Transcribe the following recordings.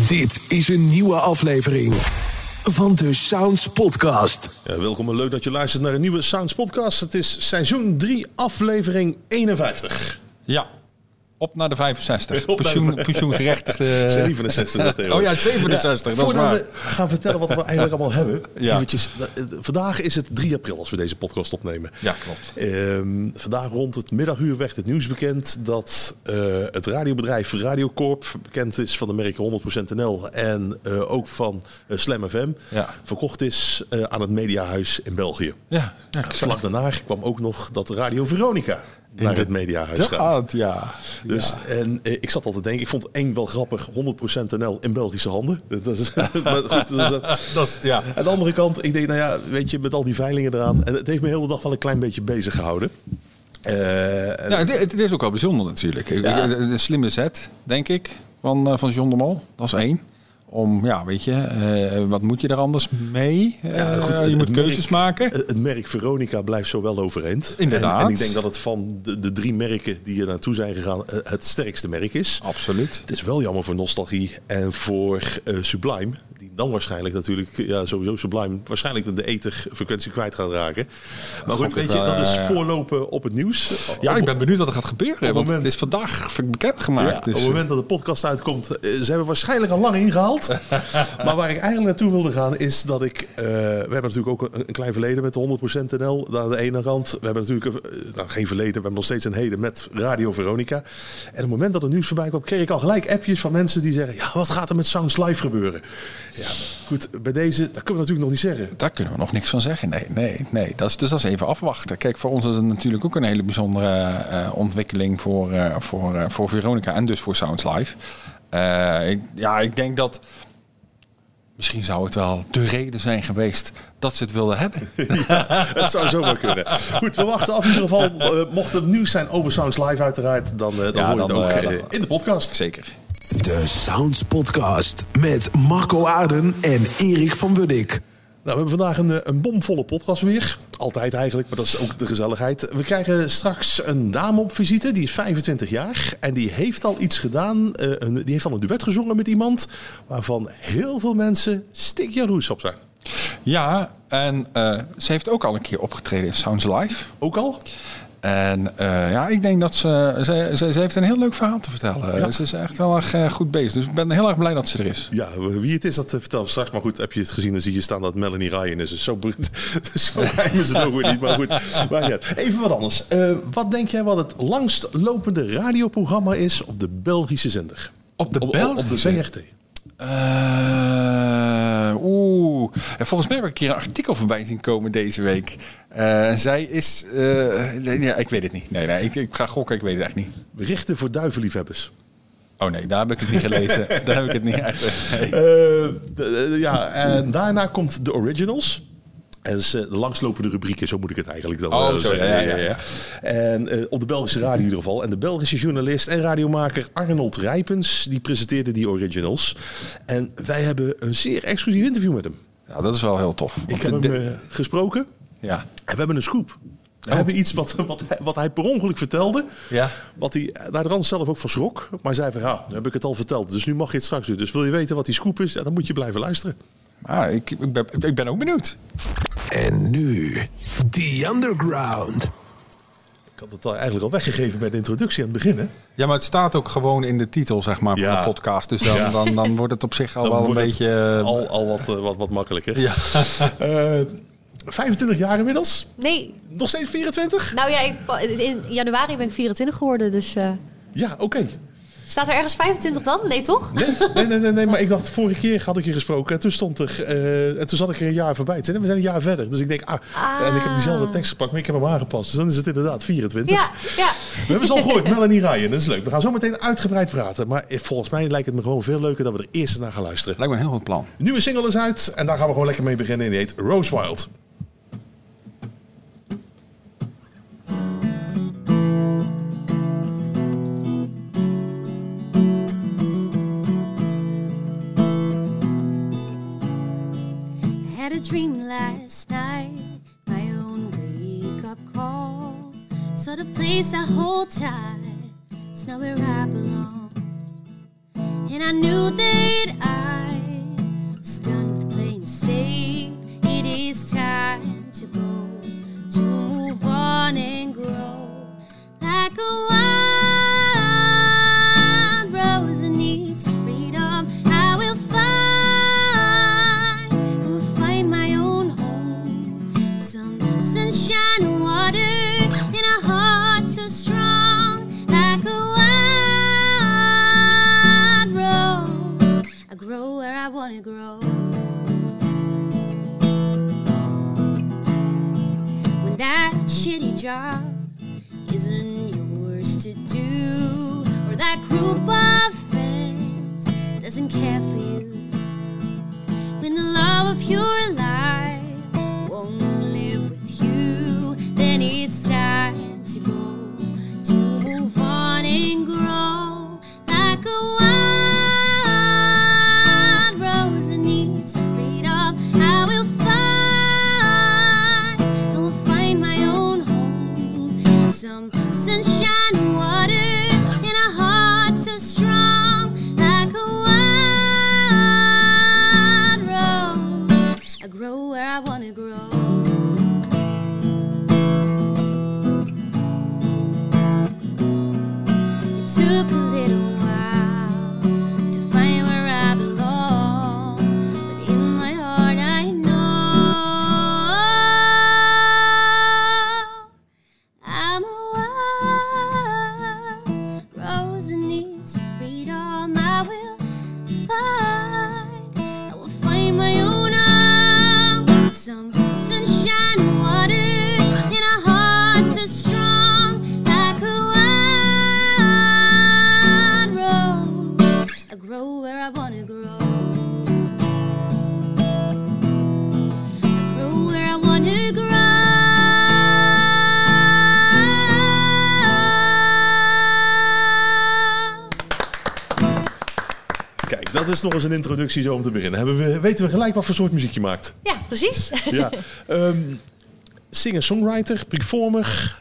Dit is een nieuwe aflevering van de Sounds Podcast. Ja, welkom en leuk dat je luistert naar een nieuwe Sounds Podcast. Het is seizoen 3, aflevering 51. Ja, op naar de 65. Pensioengerechtigde... 67. Oh ja, 67, dat is waar. Voordat we gaan vertellen wat we eigenlijk allemaal hebben. Ja. Eventjes, vandaag is het 3 april als we deze podcast opnemen. Ja, klopt. Vandaag rond het middaguur werd het nieuws bekend dat het radiobedrijf Radio Corp, bekend is van de merken 100% NL en ook van Slam FM, verkocht is aan het Mediahuis in België. Ja, Vlak daarna kwam ook nog dat Radio Veronica naar het Mediahuis gaat. Ja. Dus, en ik zat al te denken, ik vond één wel grappig, 100% NL in Belgische handen. Dat is, maar goed, Ja. Aan de andere kant, ik denk, nou ja, weet je, met al die veilingen eraan. En het heeft me de hele dag wel een klein beetje bezig gehouden. Het is ook wel bijzonder natuurlijk. Ja. Een slimme zet, denk ik, van John de Mol. Dat is 1. Om, ja, weet je, wat moet je er anders mee? Goed, je moet keuzes maken. Het merk Veronica blijft zo wel overeind. Inderdaad. En ik denk dat het van de 3 merken die er naartoe zijn gegaan het sterkste merk is. Absoluut. Het is wel jammer voor Nostalgie en voor Sublime. Die dan waarschijnlijk natuurlijk, sowieso Sublime, waarschijnlijk de etherfrequentie kwijt gaat raken. Maar goed, weet je, dat is voorlopen op het nieuws. Ja, ik ben benieuwd wat er gaat gebeuren. Want het is vandaag bekendgemaakt. Ja, dus. Op het moment dat de podcast uitkomt, ze hebben waarschijnlijk al lang ingehaald. Maar waar ik eigenlijk naartoe wilde gaan is dat ik... we hebben natuurlijk ook een klein verleden met de 100% NL aan de ene kant. We hebben natuurlijk geen verleden, we hebben nog steeds een heden met Radio Veronica. En op het moment dat het nieuws voorbij kwam, kreeg ik al gelijk appjes van mensen die zeggen... Ja, wat gaat er met Sounds Live gebeuren? Ja, goed, bij deze, dat kunnen we natuurlijk nog niet zeggen. Daar kunnen we nog niks van zeggen. Nee. Dus dat is even afwachten. Kijk, voor ons is het natuurlijk ook een hele bijzondere ontwikkeling voor Veronica en dus voor Sounds Live. Ik denk dat... Misschien zou het wel de reden zijn geweest dat ze het wilden hebben. Ja, het zou zomaar kunnen. Goed, we wachten af in ieder geval. Mocht het nieuws zijn over Sounds Live uiteraard, dan hoor je het ook in de podcast. Zeker. De Sounds Podcast met Marco Aarden en Erik van Wunnik. Nou, we hebben vandaag een bomvolle podcast weer. Altijd eigenlijk, maar dat is ook de gezelligheid. We krijgen straks een dame op visite, die is 25 jaar. En die heeft al iets gedaan. Die heeft al een duet gezongen met iemand waarvan heel veel mensen stikjaloers op zijn. Ja, en ze heeft ook al een keer opgetreden in Sounds Live. Ook al? En ik denk dat ze heeft een heel leuk verhaal te vertellen. Ja. Ze is echt heel erg goed bezig. Dus ik ben heel erg blij dat ze er is. Ja, wie het is, dat vertellen we straks. Maar goed, heb je het gezien, dan zie je staan dat Melanie Ryan is. Dus zo geheim is het nog weer niet. Maar goed, even wat anders. Wat denk jij wat het langst lopende radioprogramma is op de Belgische zender? Op de VRT? Volgens mij heb ik een keer een artikel voorbij zien komen deze week. Zij is... ik weet het niet. Nee, ik ga gokken, ik weet het echt niet. Berichten voor duivenliefhebbers. Oh nee, daar heb ik het niet gelezen. Daar heb ik het niet echt... En daarna komt The Originals. En dat is de langslopende rubrieken, zo moet ik het eigenlijk dan zeggen. Ja. En op de Belgische radio in ieder geval. En de Belgische journalist en radiomaker Arnold Rijpens, die presenteerde die Originals. En wij hebben een zeer exclusief interview met hem. Ja, dat is wel heel tof. Ik heb hem gesproken. Ja. En we hebben een scoop. We hebben iets wat hij per ongeluk vertelde. Ja. Wat hij naar de rand zelf ook van schrok. Maar zei van, nu heb ik het al verteld. Dus nu mag je het straks doen. Dus wil je weten wat die scoop is? Ja, dan moet je blijven luisteren. Ik ben ook benieuwd. En nu, The Underground. Ik had het eigenlijk al weggegeven bij de introductie aan het begin, hè? Ja, maar het staat ook gewoon in de titel, zeg maar, van de podcast. Dus dan wordt het op zich al wel een beetje... Al wat makkelijker. Ja. 25 jaar inmiddels? Nee. Nog steeds 24? Nou ja, in januari ben ik 24 geworden, dus... Ja, oké. Staat er ergens 25 dan? Nee, toch? Nee, maar ik dacht, vorige keer had ik je gesproken en toen stond er... en toen zat ik er een jaar voorbij. We zijn een jaar verder. Dus ik denk, en ik heb diezelfde tekst gepakt, maar ik heb hem aangepast. Dus dan is het inderdaad 24. Ja. We hebben ze al gehoord, Melanie Ryan, dat is leuk. We gaan zo meteen uitgebreid praten. Maar volgens mij lijkt het me gewoon veel leuker dat we er eerst naar gaan luisteren. Lijkt me een heel goed plan. De nieuwe single is uit en daar gaan we gewoon lekker mee beginnen. En die heet Rose Wild. Dream last night, my own wake-up call. Saw the place I hold tight, it's not where I belong. And I knew that I wanna grow. When that shitty job isn't yours to do, or that group of friends doesn't care for you, when the love of your life won't live with you, then it's time to go, to move on and grow like a wild rose that needs freedom. I will find my own home, some sunshine and water, and a heart so strong like a wild rose. I grow where I wanna grow. It took a little while to find where I belong, but in my heart I know I'm a wild rose that needs freedom. I will find my own home, some sunshine and water, and a heart so strong like a wild rose. I grow where I wanna grow. I grow where I wanna grow. Kijk, dat is nog eens een introductie zo om te beginnen. Weten we gelijk wat voor soort muziek je maakt? Ja, precies. Ja. Singer-songwriter, performer,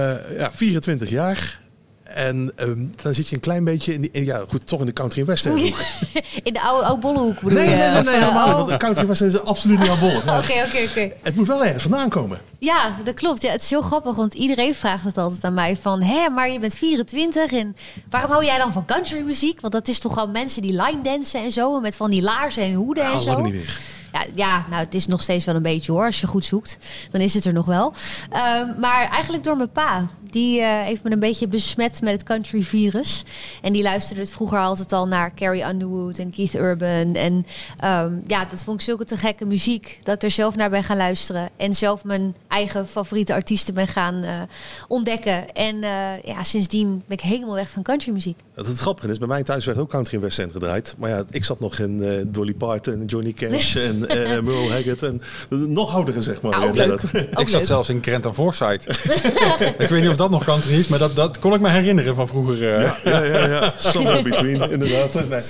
24 jaar. En dan zit je een klein beetje toch in de country western hoek. In de oude bollenhoek bedoel Nee, je? helemaal niet. Oh. Want de country western is absoluut niet aan bollen. Oké. Het moet wel ergens vandaan komen. Ja, dat klopt. Ja, het is heel grappig, want iedereen vraagt het altijd aan mij van... maar je bent 24 en waarom hou jij dan van countrymuziek? Want dat is toch al mensen die line dansen en zo... en met van die laarzen en hoeden en zo. Lang niet meer. Ja, nou, het is nog steeds wel een beetje hoor. Als je goed zoekt, dan is het er nog wel. Maar eigenlijk door mijn pa. Die heeft me een beetje besmet met het country virus. En die luisterde het vroeger altijd al naar Carrie Underwood en Keith Urban. En dat vond ik zulke te gekke muziek... dat ik er zelf naar ben gaan luisteren. En zelf mijn eigen favoriete artiesten ben gaan ontdekken. En sindsdien ben ik helemaal weg van countrymuziek. Het grappige is, bij mij thuis werd ook country western gedraaid. Maar ja, ik zat nog in Dolly Parton, Johnny Cash en Merle Haggard. En nog oudere, zeg maar. Ook leuk. Ik zat zelfs in Grant and Forsyth. Ik weet niet of dat nog country is, maar dat kon ik me herinneren van vroeger. Ja. Somewhere between, inderdaad. Nee.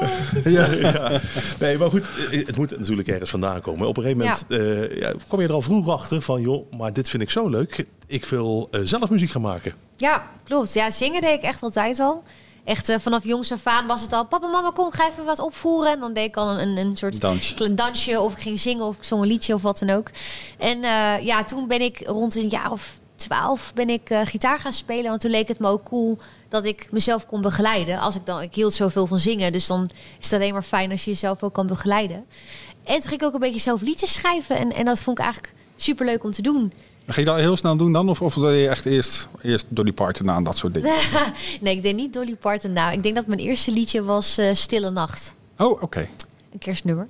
Ja. Nee, maar goed, het moet natuurlijk ergens vandaan komen. Op een gegeven moment kom je er al vroeg achter van... joh, maar dit vind ik zo leuk. Ik wil zelf muziek gaan maken. Ja, klopt. Ja, zingen deed ik echt altijd al. Echt vanaf jongs af aan was het al... Papa, mama, kom, ik ga even wat opvoeren. En dan deed ik al een soort dansje. Of ik ging zingen of ik zong een liedje of wat dan ook. En toen ben ik rond een jaar of 12 ben ik gitaar gaan spelen. Want toen leek het me ook cool dat ik mezelf kon begeleiden. Ik hield zoveel van zingen. Dus dan is het alleen maar fijn als je jezelf ook kan begeleiden. En toen ging ik ook een beetje zelf liedjes schrijven. En dat vond ik eigenlijk superleuk om te doen. Ga je dat heel snel doen dan? Of wil je echt eerst Dolly Parton aan dat soort dingen? Nee, ik deed niet Dolly Parton nou. Ik denk dat mijn eerste liedje was Stille Nacht. Oh, oké. Een kerstnummer.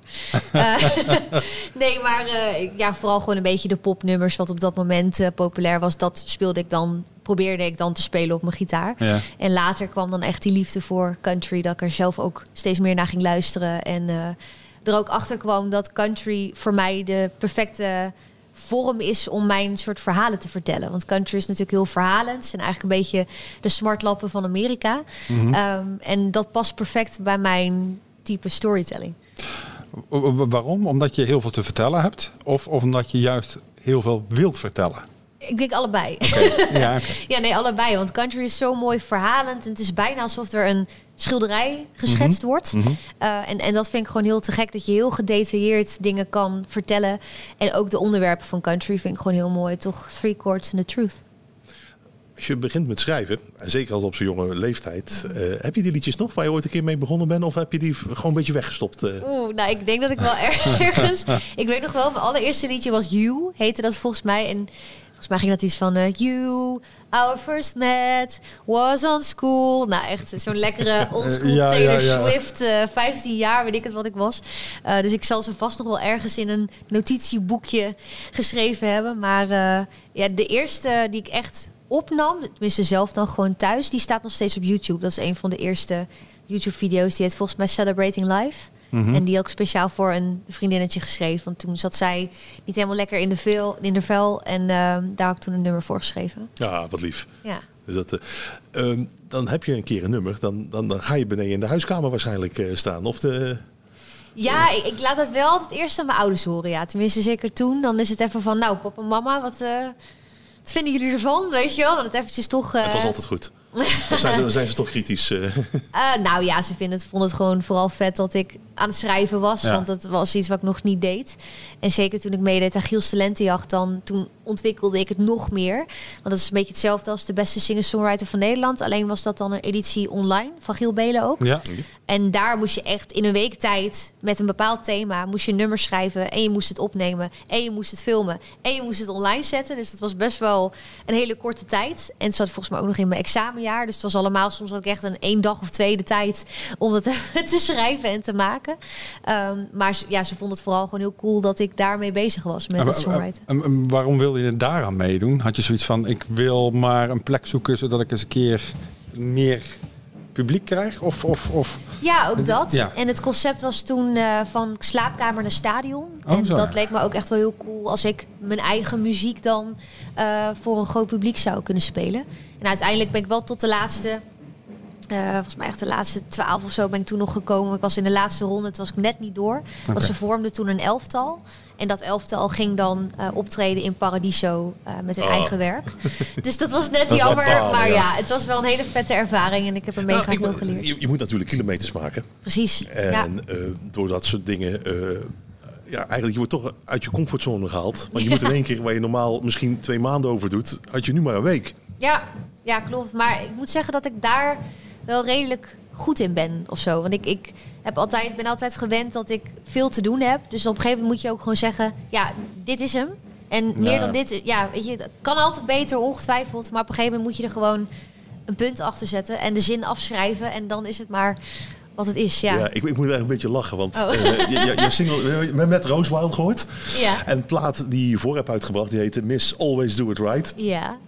Nee, maar vooral gewoon een beetje de popnummers wat op dat moment populair was. Dat probeerde ik dan te spelen op mijn gitaar. Ja. En later kwam dan echt die liefde voor country. Dat ik er zelf ook steeds meer naar ging luisteren. En er ook achter kwam dat country voor mij de perfecte vorm is om mijn soort verhalen te vertellen. Want country is natuurlijk heel verhalend. En eigenlijk een beetje de smartlappen van Amerika. Mm-hmm. En dat past perfect bij mijn type storytelling. Waarom? Omdat je heel veel te vertellen hebt? Of omdat je juist heel veel wilt vertellen? Ik denk allebei. Okay. Ja, ja, nee, allebei. Want country is zo mooi verhalend. En het is bijna alsof er een schilderij geschetst wordt. Mm-hmm. En dat vind ik gewoon heel te gek. Dat je heel gedetailleerd dingen kan vertellen. En ook de onderwerpen van country vind ik gewoon heel mooi. Toch 3 chords and the truth. Als je begint met schrijven, en zeker als op zo'n jonge leeftijd, heb je die liedjes nog waar je ooit een keer mee begonnen bent? Of heb je die gewoon een beetje weggestopt? Nou, ik denk dat ik wel ergens... Ik weet nog wel, mijn allereerste liedje was You, heette dat volgens mij. En Volgens mij ging dat iets van... You, our first met, was on school. Nou, echt zo'n lekkere oldschool Taylor Swift. 15 jaar, weet ik het wat ik was. Dus ik zal ze vast nog wel ergens in een notitieboekje geschreven hebben. Maar de eerste die ik echt opnam... tenminste zelf dan gewoon thuis... die staat nog steeds op YouTube. Dat is een van de eerste YouTube-video's. Die heet volgens mij Celebrating Life... Mm-hmm. En die ook speciaal voor een vriendinnetje geschreven. Want toen zat zij niet helemaal lekker in de vel. En daar had ik toen een nummer voor geschreven. Ja, wat lief. Ja. Dus dat, dan heb je een keer een nummer. Dan ga je beneden in de huiskamer waarschijnlijk staan. Of de... Ja, ik laat het wel altijd eerst aan mijn ouders horen. Ja. Tenminste, zeker toen. Dan is het even van, nou, papa en mama, wat vinden jullie ervan? Weet je wel? Dat het eventjes toch... Het was altijd goed. Of zijn ze toch kritisch? Nou ja, ze vonden het gewoon vooral vet dat ik aan het schrijven was. Ja. Want dat was iets wat ik nog niet deed. En zeker toen ik meedeed aan Giels Talentenjacht, toen ontwikkelde ik het nog meer. Want dat is een beetje hetzelfde als de beste singer-songwriter van Nederland. Alleen was dat dan een editie online van Giel Belen ook. Ja. En daar moest je echt in een week tijd met een bepaald thema moest je nummers schrijven. En je moest het opnemen. En je moest het filmen. En je moest het online zetten. Dus dat was best wel een hele korte tijd. En het zat volgens mij ook nog in mijn examenjaar. Dus het was allemaal, soms had ik echt een 1 dag of 2 de tijd om dat te schrijven en te maken. Maar ja, ze vonden het vooral gewoon heel cool dat ik daarmee bezig was met het songwriten. Waarom wilde je daaraan meedoen? Had je zoiets van, ik wil maar een plek zoeken zodat ik eens een keer meer publiek krijg? Of? Ja, ook dat. Ja. En het concept was toen van slaapkamer naar stadion. En dat leek me ook echt wel heel cool als ik mijn eigen muziek dan voor een groot publiek zou kunnen spelen. En uiteindelijk ben ik wel tot de laatste... volgens mij echt de laatste 12 of zo ben ik toen nog gekomen. Ik was in de laatste ronde, toen was ik net niet door. Want ze vormden toen een 11-tal. En dat 11-tal ging dan optreden in Paradiso met hun eigen werk. Dus dat was net jammer. Maar ja, het was wel een hele vette ervaring. En ik heb er mega veel geleerd. Je moet natuurlijk kilometers maken. Precies. En door dat soort dingen... eigenlijk, je wordt toch uit je comfortzone gehaald. Want je moet in één keer, waar je normaal misschien 2 maanden over doet... had je nu maar een week. Ja, klopt. Maar ik moet zeggen dat ik daar wel redelijk goed in ben of zo. Want ik ben altijd gewend dat ik veel te doen heb. Dus op een gegeven moment moet je ook gewoon zeggen... ja, dit is hem. En meer dan dit... Ja, weet je, het kan altijd beter, ongetwijfeld. Maar op een gegeven moment moet je er gewoon een punt achter zetten... en de zin afschrijven. En dan is het maar... wat het is, ja. Ik moet eigenlijk een beetje lachen, want je single, we hebben net Rose Wild gehoord. Ja. En de plaat die je voor hebt uitgebracht, die heette Miss Always Do It Right. Ja.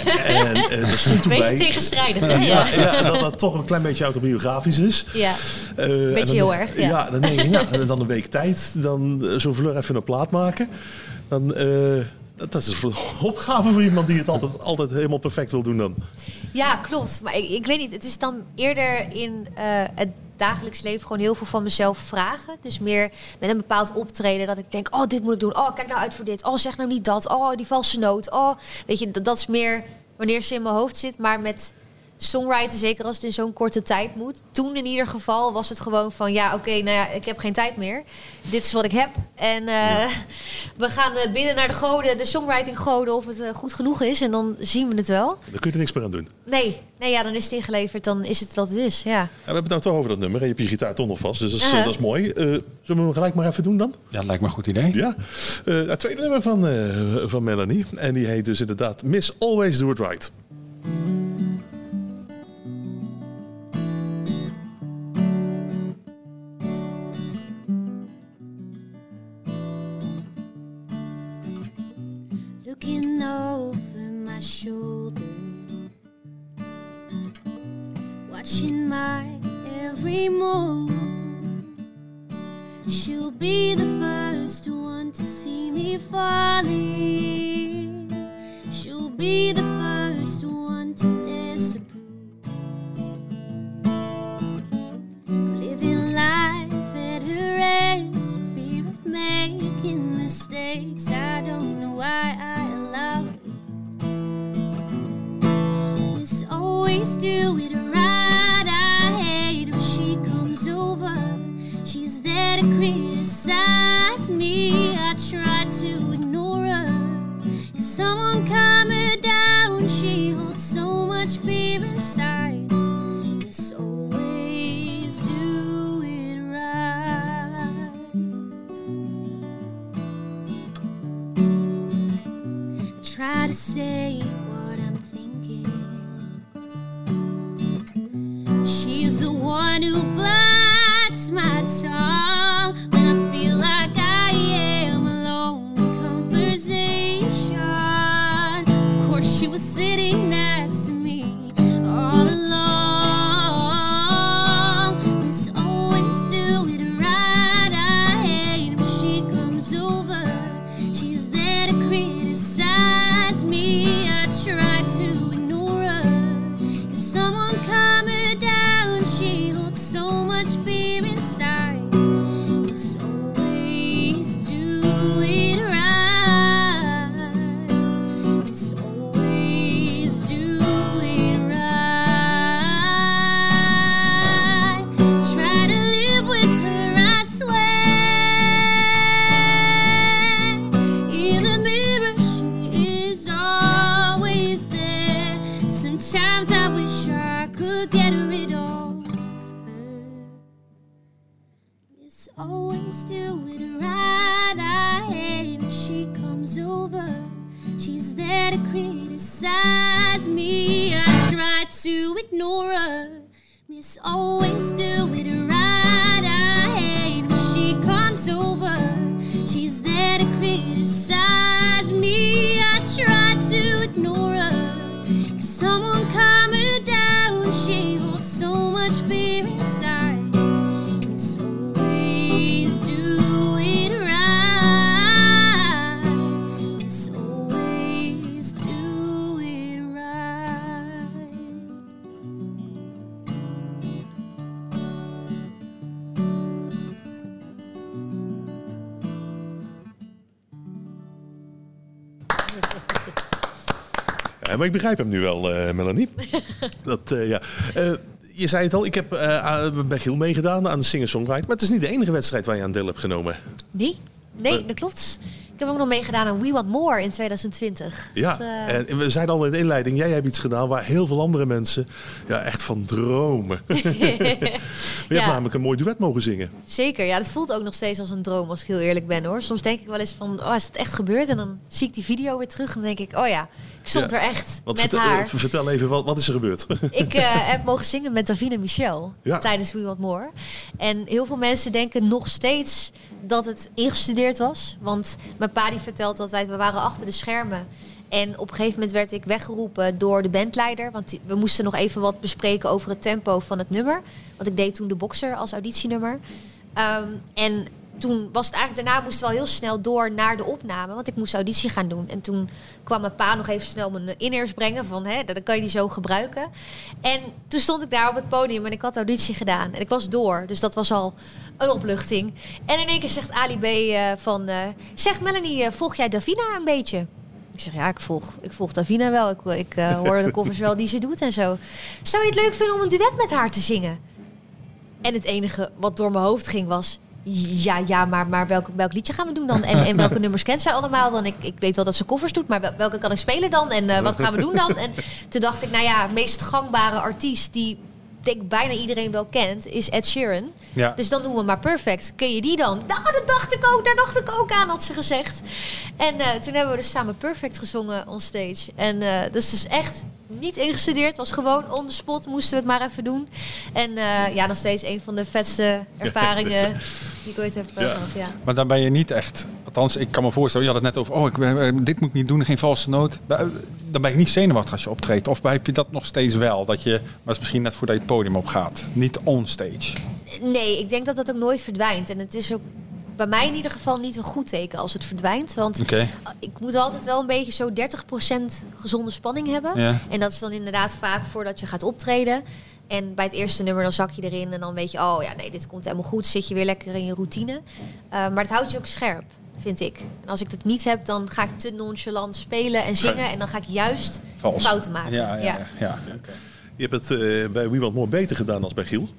En daar stond toen bij... tegenstrijdig, hè? Ja, dat dat toch een klein beetje autobiografisch is. Ja, beetje heel erg. Ja, dan denk je, en dan een week tijd, dan zo'n vlug even een plaat maken. Dan... dat is een opgave voor iemand die het altijd helemaal perfect wil doen dan. Ja, klopt. Maar ik weet niet, het is dan eerder in het dagelijks leven gewoon heel veel van mezelf vragen. Dus meer met een bepaald optreden dat ik denk, oh, dit moet ik doen. Oh, kijk nou uit voor dit. Oh, zeg nou niet dat. Oh, die valse noot. Oh, weet je, dat is meer wanneer ze in mijn hoofd zit. Maar met songwriten, zeker als het in zo'n korte tijd moet. Toen in ieder geval was het gewoon van... ja, oké, nou ja, ik heb geen tijd meer. Dit is wat ik heb. En we gaan bidden naar de goden, de songwriting goden... of het goed genoeg is. En dan zien we het wel. Dan kun je er niks meer aan doen. Nee, dan is het ingeleverd. Dan is het wat het is, ja. We hebben het nou toch over dat nummer. En je hebt je gitaar toch nog vast. Dus dat is mooi. Zullen we hem gelijk maar even doen dan? Ja, dat lijkt me een goed idee. Ja. Het tweede nummer van Melanie. En die heet dus inderdaad Miss Always Do It Right. Looking over my shoulder, watching my every move. She'll be the first one to see me falling. She'll be the first one to disapprove. Living life at her ends, fear of making mistakes. I don't know why I allow it. It's always do it right. I hate when she comes over. She's there to criticize me. I try to ignore her. If someone calm her down, she holds so much fear inside. It's always do it right. I try to say what I'm thinking. She's the one who bites my tongue when I feel like I am alone in conversation. Of course she was sitting next to me all along. Let's always do it right. I hate when she comes over. She's there to criticize me. I try to ignore her. Cause someone calm her down. She holds so much fear inside. Let's always do it right. Let's always do it right. Try to live with her, I swear. In the mirror, she is always there. Sometimes I wish I could get rid of her. Let's always do it right. I hate when she comes over. She's there to criticize me. I try to ignore her. Miss always do it right. I hate when she comes over. She's there to criticize me. I try to ignore her. Cause someone calm her down. She holds so much fear inside. Let's always do it right. Let's always do it right. Maar ik begrijp hem nu wel, Melanie. Je zei het al, ik heb bij Giel meegedaan aan de singer-songwriter. Maar het is niet de enige wedstrijd waar je aan deel hebt genomen. Nee, dat klopt. Ik heb ook nog meegedaan aan We Want More in 2020. Ja, en we zeiden al in de inleiding, jij hebt iets gedaan waar heel veel andere mensen echt van dromen. Maar je hebt namelijk een mooi duet mogen zingen. Zeker, ja, dat voelt ook nog steeds als een droom, als ik heel eerlijk ben, hoor. Soms denk ik wel eens van, is het echt gebeurd? En dan zie ik die video weer terug en dan denk ik, ik stond er echt met haar. Vertel even, wat is er gebeurd? Ik heb mogen zingen met Davina Michel tijdens We Want More. En heel veel mensen denken nog steeds dat het ingestudeerd was. Want mijn pa die vertelt altijd, we waren achter de schermen. En op een gegeven moment werd ik weggeroepen door de bandleider. Want we moesten nog even wat bespreken over het tempo van het nummer. Want ik deed toen de Boxer als auditienummer. En toen was het eigenlijk, daarna moesten we wel heel snel door naar de opname. Want ik moest auditie gaan doen. En toen kwam mijn pa nog even snel mijn in-ears brengen. Van, dan kan je die zo gebruiken. En toen stond ik daar op het podium en ik had auditie gedaan. En ik was door. Dus dat was al een opluchting. En in één keer zegt Ali B. Zeg Melanie, volg jij Davina een beetje? Ik zeg, ja, ik volg Davina wel. Ik hoor de covers wel die ze doet en zo. Zou je het leuk vinden om een duet met haar te zingen? En het enige wat door mijn hoofd ging was... maar welk liedje gaan we doen dan? En welke nummers kent zij allemaal dan? Ik weet wel dat ze covers doet, maar welke kan ik spelen dan? En wat gaan we doen dan? En toen dacht ik, meest gangbare artiest die denk bijna iedereen wel kent, is Ed Sheeran. Ja. Dus dan doen we maar Perfect. Ken je die dan? Nou, dat dacht ik ook. Daar dacht ik ook aan, had ze gezegd. En toen hebben we dus samen Perfect gezongen on stage. En dus het is echt niet ingestudeerd. Het was gewoon on the spot. Moesten we het maar even doen. En nog steeds een van de vetste ervaringen die ik ooit heb gehad. Ja. Maar dan ben je niet echt... Althans, ik kan me voorstellen, je had het net over... dit moet ik niet doen, geen valse noot. Dan ben je niet zenuwachtig als je optreedt. Of heb je dat nog steeds wel? Maar het is misschien net voordat je het podium op gaat. Niet on stage. Nee, ik denk dat dat ook nooit verdwijnt. En het is ook bij mij in ieder geval niet een goed teken als het verdwijnt. Want ik moet altijd wel een beetje zo 30% gezonde spanning hebben. Ja. En dat is dan inderdaad vaak voordat je gaat optreden. En bij het eerste nummer dan zak je erin en dan weet je... dit komt helemaal goed. Zit je weer lekker in je routine. Maar het houdt je ook scherp, vind ik. En als ik dat niet heb, dan ga ik te nonchalant spelen en zingen. En dan ga ik juist fouten maken. Ja. Okay. Je hebt het bij We Want More beter gedaan als bij Giel.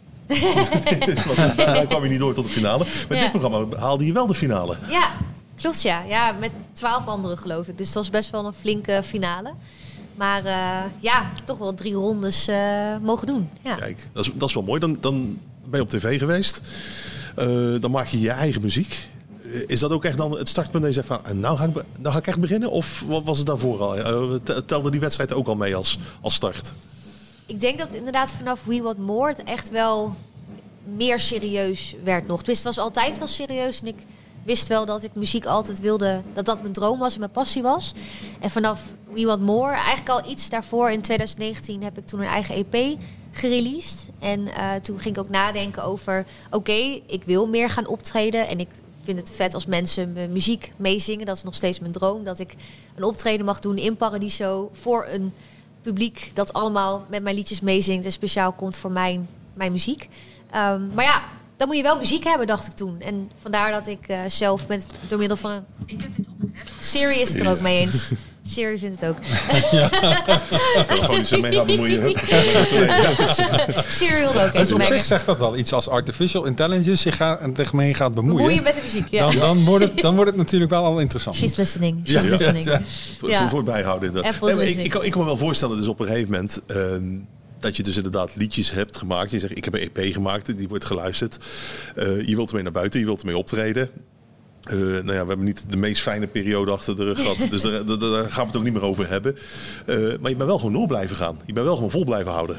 Daar kwam je niet door tot de finale. Met dit programma haalde je wel de finale. Ja, klopt ja. Met 12 anderen geloof ik. Dus het was best wel een flinke finale. Maar toch wel 3 rondes mogen doen. Ja. Kijk, dat is wel mooi. Dan ben je op tv geweest. Dan maak je je eigen muziek. Is dat ook echt dan het startpunt dat je zegt van, nou ga ik echt beginnen? Of wat was het daarvoor al? Telde die wedstrijd ook al mee als start? Ik denk dat inderdaad vanaf We Want More het echt wel meer serieus werd nog. Dus het was altijd wel serieus en ik wist wel dat ik muziek altijd wilde, dat mijn droom was en mijn passie was. En vanaf We Want More, eigenlijk al iets daarvoor in 2019 heb ik toen een eigen EP gereleased. En toen ging ik ook nadenken over, oké, ik wil meer gaan optreden en ik vind het vet als mensen mijn muziek meezingen. Dat is nog steeds mijn droom, dat ik een optreden mag doen in Paradiso voor een publiek dat allemaal met mijn liedjes meezingt en speciaal komt voor mijn muziek. Maar ja, dan moet je wel muziek hebben, dacht ik toen. En vandaar dat ik zelf door middel van een... Siri is het er ook mee eens. Siri vindt het ook. Telefoon is ermee gaan bemoeien. Siri wilde ook Dus even op zich mengen. zegt dat wel iets als artificial intelligence zich mee gaat bemoeien. Bemoeien met de muziek, ja. Dan wordt het natuurlijk wel al interessant. She's listening. She's listening. Ja. Het wordt bijhouden inderdaad. Apple's Nee, listening. ik kan me wel voorstellen dus op een gegeven moment dat je dus inderdaad liedjes hebt gemaakt. Je zegt, ik heb een EP gemaakt, die wordt geluisterd. Je wilt ermee naar buiten, je wilt ermee optreden. We hebben niet de meest fijne periode achter de rug gehad. Dus daar gaan we het ook niet meer over hebben. Maar je bent wel gewoon door blijven gaan. Je bent wel gewoon vol blijven houden.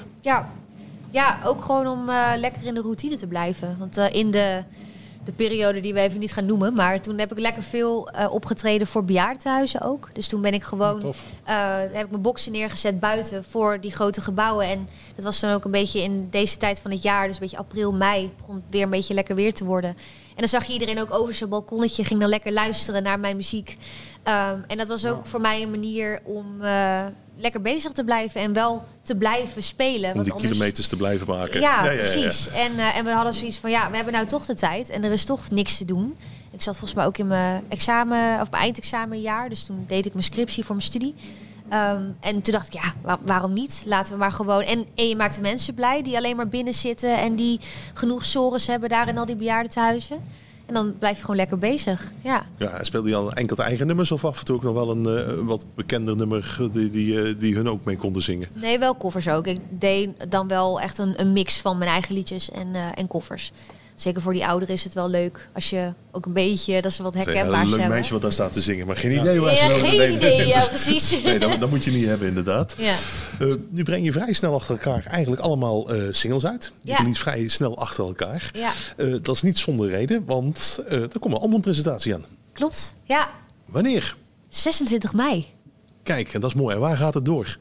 Ja, ook gewoon om lekker in de routine te blijven. Want in de periode die we even niet gaan noemen, maar toen heb ik lekker veel opgetreden voor bejaardentehuizen ook. Dus toen ben ik gewoon, heb ik mijn boksen neergezet buiten voor die grote gebouwen. En dat was dan ook een beetje in deze tijd van het jaar, dus een beetje april, mei, begon het weer een beetje lekker weer te worden. En dan zag je iedereen ook over zijn balkonnetje, ging dan lekker luisteren naar mijn muziek. En dat was ook voor mij een manier om lekker bezig te blijven en wel te blijven spelen. Om die kilometers te blijven maken. Ja, precies. Ja. En we hadden zoiets van, we hebben nou toch de tijd en er is toch niks te doen. Ik zat volgens mij ook in mijn mijn eindexamenjaar, dus toen deed ik mijn scriptie voor mijn studie. En toen dacht ik, waarom niet? Laten we maar gewoon... En je maakt de mensen blij die alleen maar binnen zitten en die genoeg sores hebben daar in al die bejaardentehuizen. En dan blijf je gewoon lekker bezig. Ja, en speelde je al enkel eigen nummers of af en toe ook nog wel een wat bekender nummer die hun ook mee konden zingen? Nee, wel covers ook. Ik deed dan wel echt een mix van mijn eigen liedjes en covers. Zeker voor die ouderen is het wel leuk als je ook een beetje, dat ze wat herkenbaars hebben. Een leuk meisje wat daar staat te zingen, maar geen idee waar ze geen idee, ja precies. Nee, dat moet je niet hebben inderdaad. Ja. Nu breng je vrij snel achter elkaar eigenlijk allemaal singles uit. Je release vrij snel achter elkaar. Ja. Dat is niet zonder reden, want er komt een albumpresentatie aan. Klopt, ja. Wanneer? 26 mei. Kijk, en dat is mooi. En waar gaat het door?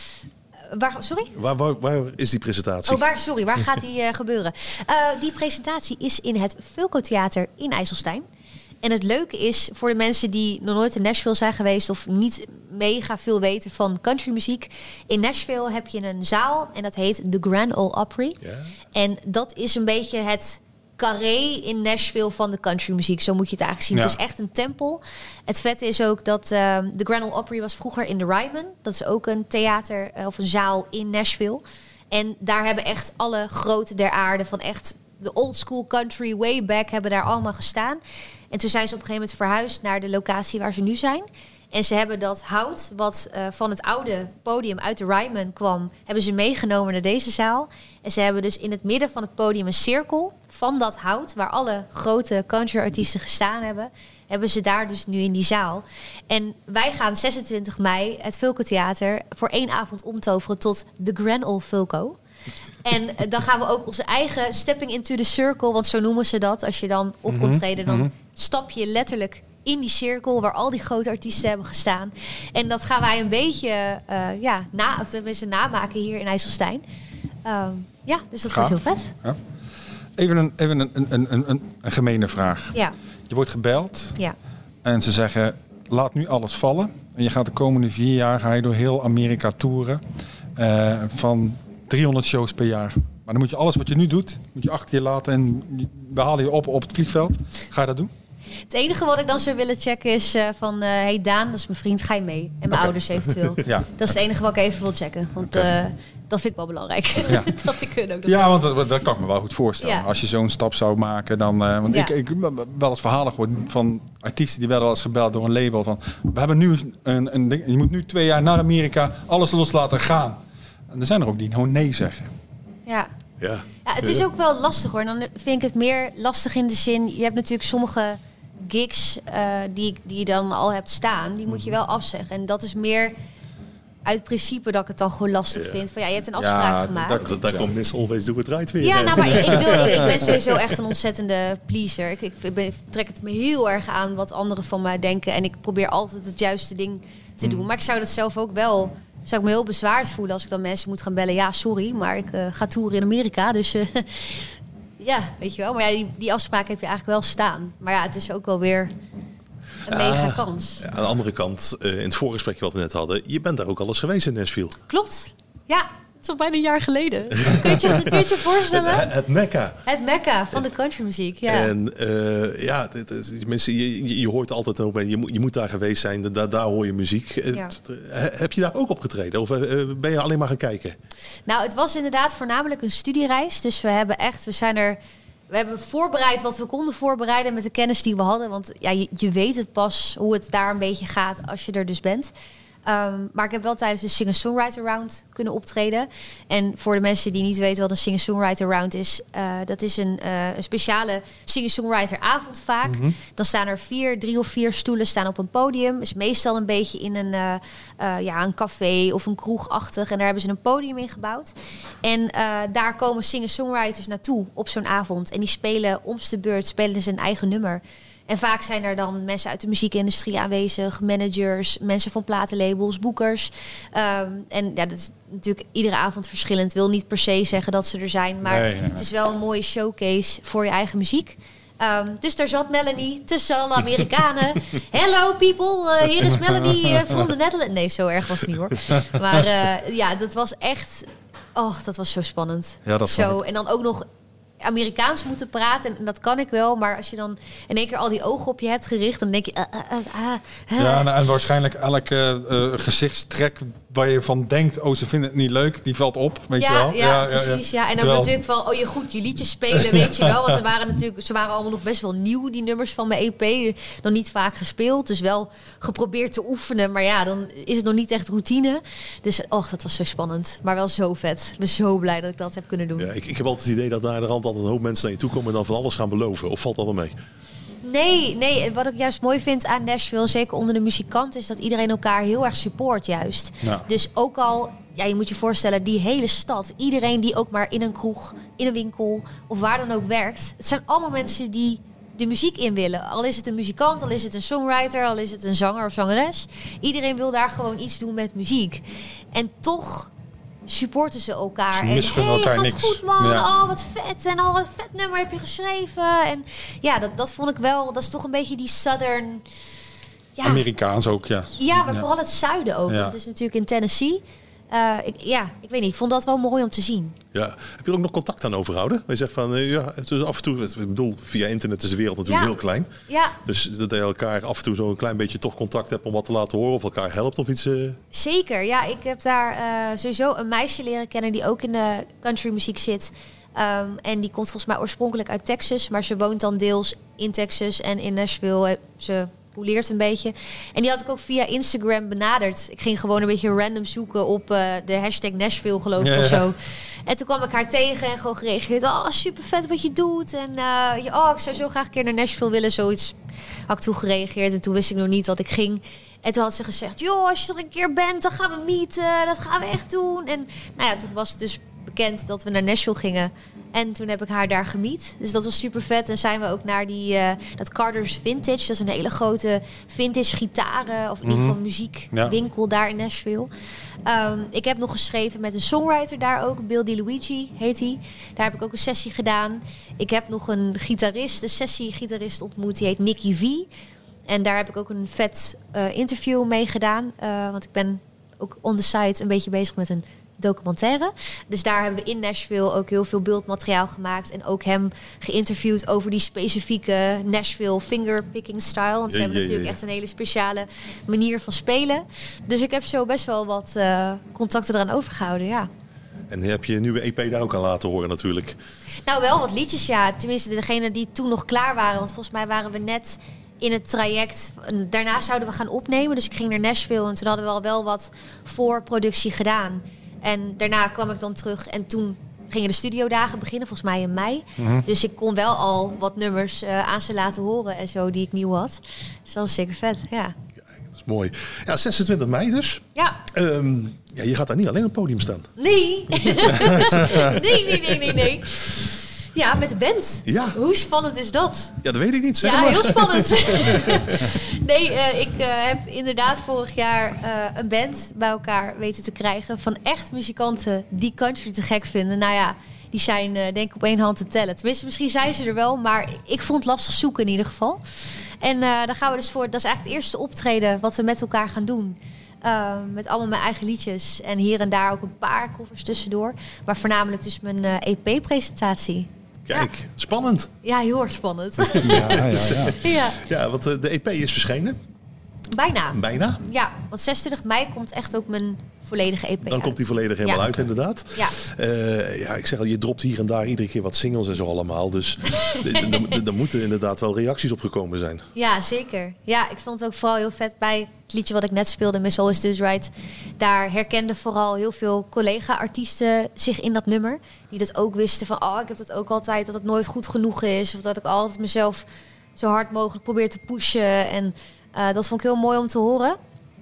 Sorry? Waar is die presentatie? Waar gaat die gebeuren? Die presentatie is in het Philco Theater in IJsselstein. En het leuke is, voor de mensen die nog nooit in Nashville zijn geweest of niet mega veel weten van countrymuziek. In Nashville heb je een zaal en dat heet The Grand Ole Opry. Ja. En dat is een beetje het carré in Nashville van de countrymuziek. Zo moet je het eigenlijk zien. Ja. Het is echt een tempel. Het vette is ook dat de Grand Ole Opry was vroeger in de Ryman. Dat is ook een theater of een zaal in Nashville. En daar hebben echt alle groten der aarde van echt de old school country way back hebben daar allemaal gestaan. En toen zijn ze op een gegeven moment verhuisd naar de locatie waar ze nu zijn. En ze hebben dat hout wat van het oude podium uit de Ryman kwam, hebben ze meegenomen naar deze zaal. En ze hebben dus in het midden van het podium een cirkel van dat hout, waar alle grote country-artiesten gestaan hebben ze daar dus nu in die zaal. En wij gaan 26 mei het Philco Theater voor 1 avond omtoveren tot The Grand Ole Philco. En dan gaan we ook onze eigen stepping into the circle, want zo noemen ze dat. Als je dan op komt treden, dan stap je letterlijk in die cirkel waar al die grote artiesten hebben gestaan. En dat gaan wij een beetje namaken hier in IJsselstein. Dus dat wordt heel vet. Ja. Even een gemene vraag. Ja. Je wordt gebeld ja. En ze zeggen, laat nu alles vallen. En je gaat de komende 4 jaar ga je door heel Amerika toeren. Van 300 shows per jaar. Maar dan moet je alles wat je nu doet, moet je achter je laten en we halen je op het vliegveld. Ga je dat doen? Het enige wat ik dan zou willen checken is van... hey Daan, dat is mijn vriend, ga je mee? En mijn ouders eventueel. Ja. Dat is het enige wat ik even wil checken. Want dat vind ik wel belangrijk. Ja. Dat ik ook nog want dat kan ik me wel goed voorstellen. Ja. Als je zo'n stap zou maken, dan... want ik heb wel eens verhalen gehoord van artiesten die werden wel eens gebeld door een label. Van, we hebben nu een ding, je moet nu 2 jaar naar Amerika, alles los laten gaan. En er zijn er ook die gewoon nee zeggen. Ja. Ja, het is ook wel lastig hoor. Dan vind ik het meer lastig in de zin... Je hebt natuurlijk sommige gigs die je dan al hebt staan, die moet je wel afzeggen. En dat is meer uit principe dat ik het dan gewoon lastig vind. Van je hebt een afspraak gemaakt. Daar komt Miss Always Do It Right weer. Ja, nou, maar ik ben sowieso echt een ontzettende pleaser. Ik trek het me heel erg aan wat anderen van mij denken. En ik probeer altijd het juiste ding te doen. Maar ik zou dat zelf ook wel... Zou ik me heel bezwaard voelen als ik dan mensen moet gaan bellen. Ja, sorry, maar ik ga toeren in Amerika. Dus ja, weet je wel. Maar ja, die afspraak heb je eigenlijk wel staan. Maar ja, het is ook wel weer een mega kans. Ja, aan de andere kant, in het voorgesprekje wat we net hadden... je bent daar ook al eens geweest in Nashville. Klopt, ja. Het is al bijna een jaar geleden. Kun je je voorstellen? Het Mekka. Het Mekka van de countrymuziek, ja. En mensen, je hoort altijd ook, je moet daar geweest zijn, daar hoor je muziek. Ja. Heb je daar ook opgetreden of ben je alleen maar gaan kijken? Nou, het was inderdaad voornamelijk een studiereis. Dus we hebben voorbereid wat we konden voorbereiden met de kennis die we hadden. Want ja, je weet het pas hoe het daar een beetje gaat als je er dus bent. Maar ik heb wel tijdens de Singer-Songwriter Round kunnen optreden. En voor de mensen die niet weten wat een Singer-Songwriter Round is... dat is een speciale Singer-Songwriter avond vaak. Mm-hmm. Dan staan er 3 of 4 stoelen staan op een podium. Is meestal een beetje in een café of een kroegachtig. En daar hebben ze een podium in gebouwd. En daar komen Singer-Songwriters naartoe op zo'n avond. En die spelen om de beurt spelen ze een eigen nummer. En vaak zijn er dan mensen uit de muziekindustrie aanwezig, managers, mensen van platenlabels, boekers. En ja, dat is natuurlijk iedere avond verschillend. Wil niet per se zeggen dat ze er zijn, maar het is wel een mooie showcase voor je eigen muziek. Dus daar zat Melanie tussen alle Amerikanen. Hello people, hier is Melanie from the Netherlands. Nee, zo erg was het niet hoor. Maar ja, dat was echt... Oh, dat was zo spannend. Ja, dat zo. En dan ook nog Amerikaans moeten praten. En dat kan ik wel. Maar als je dan in één keer al die ogen op je hebt gericht, dan denk je... Ja, en waarschijnlijk elke gezichtstrek waar je van denkt, oh, ze vinden het niet leuk, die valt op, weet je wel? Ja, precies. Ja. En ook natuurlijk van, oh, je goed je liedjes spelen, weet je wel. Want ze waren allemaal nog best wel nieuw, die nummers van mijn EP. Nog niet vaak gespeeld, dus wel geprobeerd te oefenen. Maar ja, dan is het nog niet echt routine. Dus, dat was zo spannend. Maar wel zo vet. Ik ben zo blij dat ik dat heb kunnen doen. Ja, ik heb altijd het idee dat naar de rand altijd een hoop mensen naar je toe komen en dan van alles gaan beloven. Of valt dat wel mee? Nee, wat ik juist mooi vind aan Nashville, zeker onder de muzikanten, is dat iedereen elkaar heel erg support juist. Ja. Dus ook al, je moet je voorstellen, die hele stad, iedereen die ook maar in een kroeg, in een winkel of waar dan ook werkt, het zijn allemaal mensen die de muziek in willen. Al is het een muzikant, al is het een songwriter, al is het een zanger of zangeres. Iedereen wil daar gewoon iets doen met muziek. En toch supporten ze elkaar. Ze misgunnen elkaar gaat niks. Goed man, wat vet. En wat vet nummer heb je geschreven. En ja, dat vond ik wel, dat is toch een beetje die southern... Ja, Amerikaans ook, ja. Ja, maar vooral het zuiden ook. Ja. Het is natuurlijk in Tennessee. Ik weet niet, ik vond dat wel mooi om te zien. Ja, heb je er ook nog contact aan overhouden? Je zegt van, dus af en toe, ik bedoel, via internet is de wereld natuurlijk heel klein. Ja. Dus dat je elkaar af en toe zo een klein beetje toch contact hebt om wat te laten horen of elkaar helpt of iets. Zeker, ja. Ik heb daar sowieso een meisje leren kennen die ook in de countrymuziek zit. En die komt volgens mij oorspronkelijk uit Texas, maar ze woont dan deels in Texas en in Nashville. Ze leert een beetje. En die had ik ook via Instagram benaderd. Ik ging gewoon een beetje random zoeken op de hashtag Nashville, geloof ik, of zo. En toen kwam ik haar tegen en gewoon gereageerd. Oh, super vet wat je doet. En ik zou zo graag een keer naar Nashville willen. Zoiets had ik toen gereageerd. En toen wist ik nog niet wat ik ging. En toen had ze gezegd, joh, als je er een keer bent, dan gaan we meeten. Dat gaan we echt doen. En toen was het dus bekend dat we naar Nashville gingen. En toen heb ik haar daar gemiet. Dus dat was super vet. En zijn we ook naar dat Carter's Vintage. Dat is een hele grote vintage gitaren, of in ieder geval muziekwinkel daar in Nashville. Ik heb nog geschreven met een songwriter daar ook. Bill DiLuigi heet hij. Daar heb ik ook een sessie gedaan. Ik heb nog een sessiegitarist ontmoet. Die heet Nicky V. En daar heb ik ook een vet interview mee gedaan. Want ik ben ook on the side een beetje bezig met een documentaire. Dus daar hebben we in Nashville ook heel veel beeldmateriaal gemaakt. En ook hem geïnterviewd over die specifieke Nashville fingerpicking style. Want ze hebben natuurlijk echt een hele speciale manier van spelen. Dus ik heb zo best wel wat contacten eraan overgehouden, ja. En heb je een nieuwe EP daar ook aan laten horen natuurlijk? Nou, wel wat liedjes, ja. Tenminste, degene die toen nog klaar waren. Want volgens mij waren we net in het traject. Daarna zouden we gaan opnemen. Dus ik ging naar Nashville en toen hadden we al wel wat voorproductie gedaan. En daarna kwam ik dan terug en toen gingen de studiodagen beginnen, volgens mij in mei. Dus ik kon wel al wat nummers aan ze laten horen en zo die ik nieuw had. Dus dat was zeker vet, ja. Dat is mooi. Ja, 26 mei dus. Ja. Ja, je gaat daar niet alleen op het podium staan. Nee. nee. Ja, met de band. Ja. Hoe spannend is dat? Ja, dat weet ik niet. Zeg Ja, maar. heel spannend. Nee, ik heb inderdaad vorig jaar een band bij elkaar weten te krijgen van echt muzikanten die country te gek vinden. Nou ja, die zijn denk ik op één hand te tellen. Tenminste, misschien zijn ze er wel, maar ik vond het lastig zoeken in ieder geval. En daar gaan we dus voor. Dat is eigenlijk het eerste optreden wat we met elkaar gaan doen. Met allemaal mijn eigen liedjes. En hier en daar ook een paar covers tussendoor. Maar voornamelijk dus mijn EP-presentatie. Kijk, spannend. Ja, heel erg spannend. Ja. Ja, want de EP is verschenen. Bijna. Bijna. Ja, want 26 mei komt echt ook mijn volledige EP Dan uit. komt die volledig helemaal uit, inderdaad. Ja. Ja, ik zeg al, je dropt hier en daar iedere keer wat singles en zo allemaal. Dus er moeten inderdaad wel reacties op gekomen zijn. Ja, zeker. Ja, ik vond het ook vooral heel vet bij het liedje wat ik net speelde, Miss Always Does Right. Daar herkenden vooral heel veel collega-artiesten zich in dat nummer. Die dat ook wisten van, ik heb dat ook altijd, dat het nooit goed genoeg is. Of dat ik altijd mezelf zo hard mogelijk probeer te pushen. En dat vond ik heel mooi om te horen.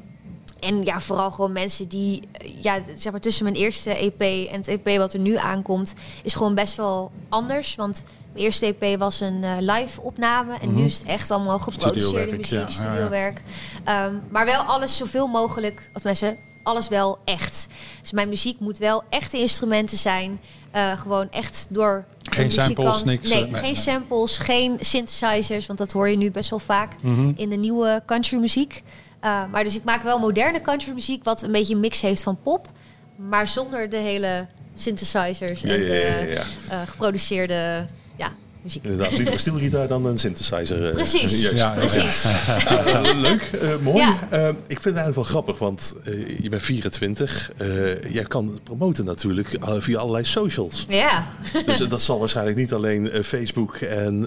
En ja, vooral gewoon mensen die, zeg maar tussen mijn eerste EP en het EP wat er nu aankomt, is gewoon best wel anders. Want mijn eerste EP was een live opname. En nu is het echt allemaal geproduceerde muziek, studiowerk. Maar wel alles zoveel mogelijk, als mensen, alles wel echt. Dus mijn muziek moet wel echte instrumenten zijn. Gewoon echt door geen samples, niks. Nee, geen samples, geen synthesizers. Want dat hoor je nu best wel vaak in de nieuwe country muziek. Maar dus ik maak wel moderne country muziek wat een beetje een mix heeft van pop. Maar zonder de hele synthesizers en de geproduceerde muziek. Inderdaad, liever stilgitaar dan een synthesizer. Precies, precies. Leuk, mooi. Ja. Ik vind het eigenlijk wel grappig, want je bent 24. Jij kan promoten natuurlijk via allerlei socials. Ja. Dus dat zal waarschijnlijk niet alleen Facebook en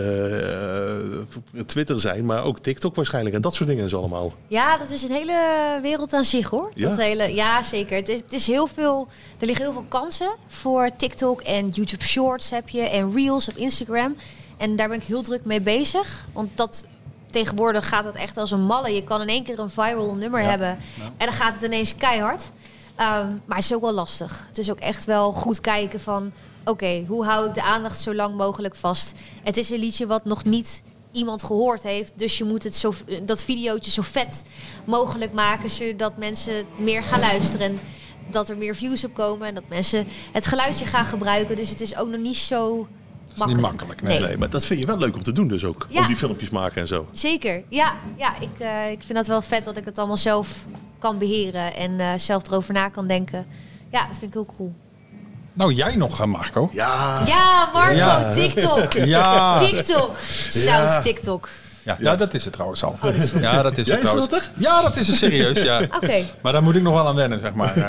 Twitter zijn, maar ook TikTok waarschijnlijk en dat soort dingen is allemaal. Ja, dat is een hele wereld aan zich hoor. Ja? Ja, zeker. Het is heel veel, er liggen heel veel kansen voor TikTok en YouTube Shorts heb je en Reels op Instagram. En daar ben ik heel druk mee bezig. Want tegenwoordig gaat het echt als een malle. Je kan in één keer een viral nummer hebben. En dan gaat het ineens keihard. Maar het is ook wel lastig. Het is ook echt wel goed kijken van, oké, hoe hou ik de aandacht zo lang mogelijk vast? Het is een liedje wat nog niet iemand gehoord heeft. Dus je moet dat videootje zo vet mogelijk maken, zodat mensen meer gaan luisteren. En dat er meer views op komen. En dat mensen het geluidje gaan gebruiken. Dus het is ook nog niet zo makkelijk. Niet makkelijk, Nee, maar dat vind je wel leuk om te doen dus ook. Ja. Om die filmpjes maken en zo. Zeker, ja ik vind dat wel vet dat ik het allemaal zelf kan beheren en zelf erover na kan denken. Ja, dat vind ik heel cool. Nou, jij nog, Marco. Ja, Marco, Ja. TikTok. Ja. TikTok. Sounds TikTok. Ja, dat is het trouwens al. Ja, dat is Ja, het is trouwens. dat er? Ja, dat is het serieus, ja. Oké. Maar daar moet ik nog wel aan wennen, zeg maar.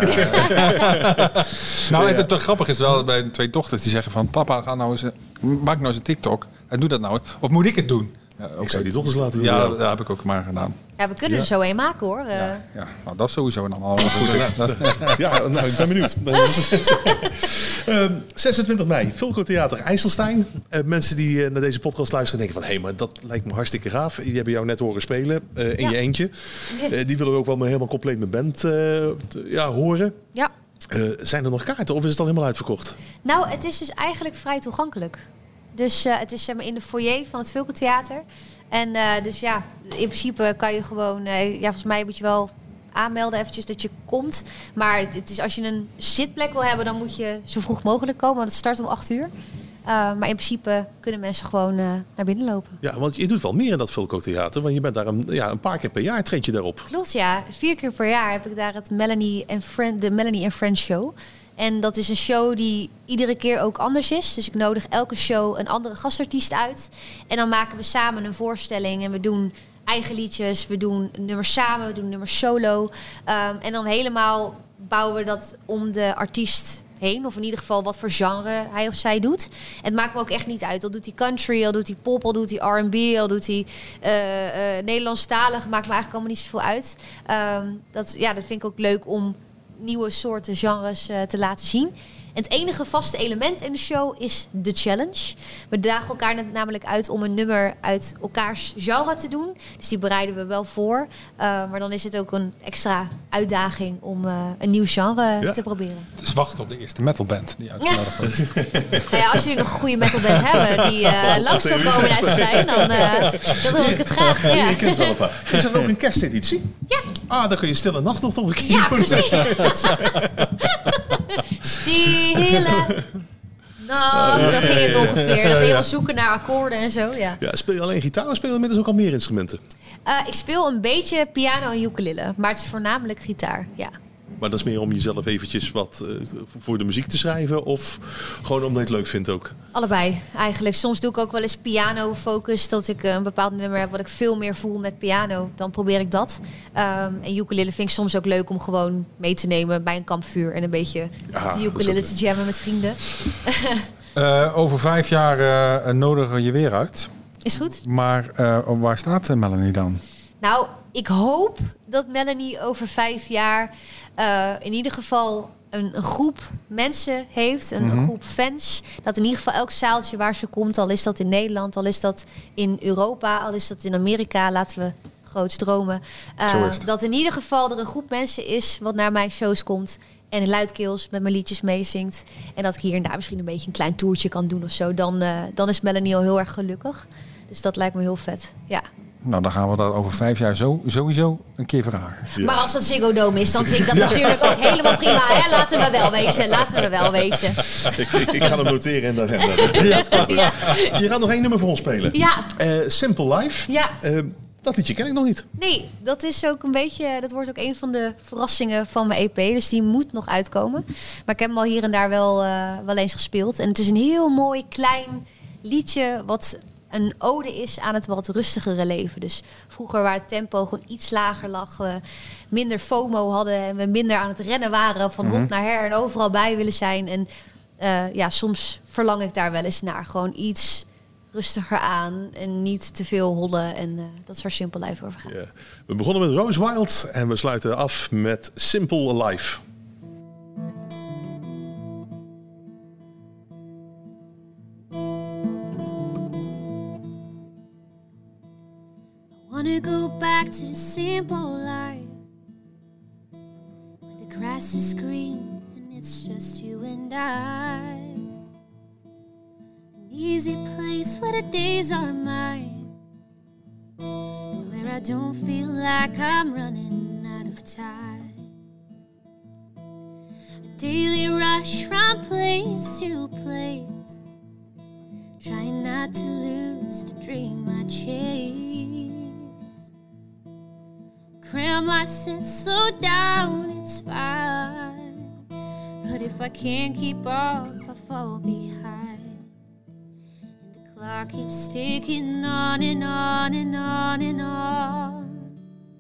Nou, het grappige is wel bij twee dochters die zeggen van, papa, maak nou eens een TikTok. En doe dat nou eens. Of moet ik het doen? Ja, Ik zou die dochters laten doen. Ja, dat heb ik ook maar gedaan. Ja, we kunnen er zo een maken hoor. Ja, nou, dat is sowieso dan al. Ja, nou, ik ben benieuwd. 26 mei, Vulco Theater IJsselstein. Mensen die naar deze podcast luisteren denken van, hé, maar dat lijkt me hartstikke gaaf. Die hebben jou net horen spelen in je eentje. Die willen we ook wel helemaal compleet met band horen. Ja. Zijn er nog kaarten of is het al helemaal uitverkocht? Nou, het is dus eigenlijk vrij toegankelijk. Dus het is zeg maar in de foyer van het Vulco Theater. En dus ja, in principe kan je gewoon, volgens mij moet je wel aanmelden eventjes dat je komt. Maar het is, als je een zitplek wil hebben, dan moet je zo vroeg mogelijk komen. Want het start om 8:00. Maar in principe kunnen mensen gewoon naar binnen lopen. Ja, want je doet wel meer in dat Vulco Theater. Want je bent daar een paar keer per jaar treed je daarop. Klopt, ja. 4 keer per jaar heb ik daar de Melanie and Friends show. En dat is een show die iedere keer ook anders is. Dus ik nodig elke show een andere gastartiest uit. En dan maken we samen een voorstelling. En we doen eigen liedjes, we doen nummers samen, we doen nummers solo. En dan helemaal bouwen we dat om de artiest heen. Of in ieder geval wat voor genre hij of zij doet. En het maakt me ook echt niet uit. Al doet hij country, al doet hij pop, al doet hij R&B, al doet hij Nederlandstalig. Maakt me eigenlijk allemaal niet zoveel uit. Dat vind ik ook leuk om nieuwe soorten genres te laten zien. En het enige vaste element in de show is de challenge. We dagen elkaar namelijk uit om een nummer uit elkaars genre te doen. Dus die bereiden we wel voor. Maar dan is het ook een extra uitdaging om een nieuw genre te proberen. Dus wachten op de eerste metalband die uitgenodigd wordt. Nou ja, als jullie nog een goede metalband hebben die langs wil komen uit Stijn, dan wil ik het graag. Ja. Je kent wel een paar. Is er ook een kersteditie? Ja. Ah, dan kun je Stille Nacht nog een keer Ja, doen. precies. Stille nacht. Zo ging het ongeveer. Dat helemaal zoeken naar akkoorden en zo. Ja. Ja, speel je alleen gitaar of speel je inmiddels ook al meer instrumenten? Ik speel een beetje piano en ukulele, maar het is voornamelijk gitaar. Ja. Maar dat is meer om jezelf eventjes wat voor de muziek te schrijven of gewoon omdat je het leuk vindt ook? Allebei eigenlijk. Soms doe ik ook wel eens piano focus, dat ik een bepaald nummer heb wat ik veel meer voel met piano. Dan probeer ik dat. En ukulele vind ik soms ook leuk om gewoon mee te nemen bij een kampvuur en een beetje de ukulele te jammen met vrienden. Over 5 jaar nodigen we je weer uit. Is goed. Maar waar staat Melanie dan? Nou, ik hoop dat Melanie over 5 jaar in ieder geval een groep mensen heeft. Een groep fans. Dat in ieder geval elk zaaltje waar ze komt, al is dat in Nederland, al is dat in Europa, al is dat in Amerika, laten we groots dromen. Dat in ieder geval er een groep mensen is wat naar mijn shows komt en in luidkeels met mijn liedjes meezingt. En dat ik hier en daar misschien een beetje een klein toertje kan doen of zo. Dan is Melanie al heel erg gelukkig. Dus dat lijkt me heel vet. Ja. Nou, dan gaan we dat over 5 jaar sowieso een keer vragen. Ja. Maar als dat Ziggo Dome is, dan vind ik dat natuurlijk ook helemaal prima. Hè? Laten we wel wezen. Ik ga hem noteren in de agenda. Ja. Je gaat nog 1 nummer voor ons spelen. Ja. Simple Life. Ja. Dat liedje ken ik nog niet. Nee, dat is ook een beetje. Dat wordt ook een van de verrassingen van mijn EP. Dus die moet nog uitkomen. Maar ik heb hem al hier en daar wel eens gespeeld. En het is een heel mooi klein liedje wat een ode is aan het wat rustigere leven. Dus vroeger waar het tempo gewoon iets lager lag, we minder FOMO hadden en we minder aan het rennen waren van hond naar her en overal bij willen zijn. En soms verlang ik daar wel eens naar. Gewoon iets rustiger aan en niet te veel hollen. En dat is waar Simple Life over gaat. Yeah. We begonnen met Rose Wild en we sluiten af met Simple Life. Wanna go back to the simple life where the grass is green and it's just you and I. An easy place where the days are mine, where I don't feel like I'm running out of time. A daily rush from place to place, trying not to lose the dream I chase. Cram my set slow down, it's fine. But if I can't keep up, I fall behind. And the clock keeps ticking on and on and on and on.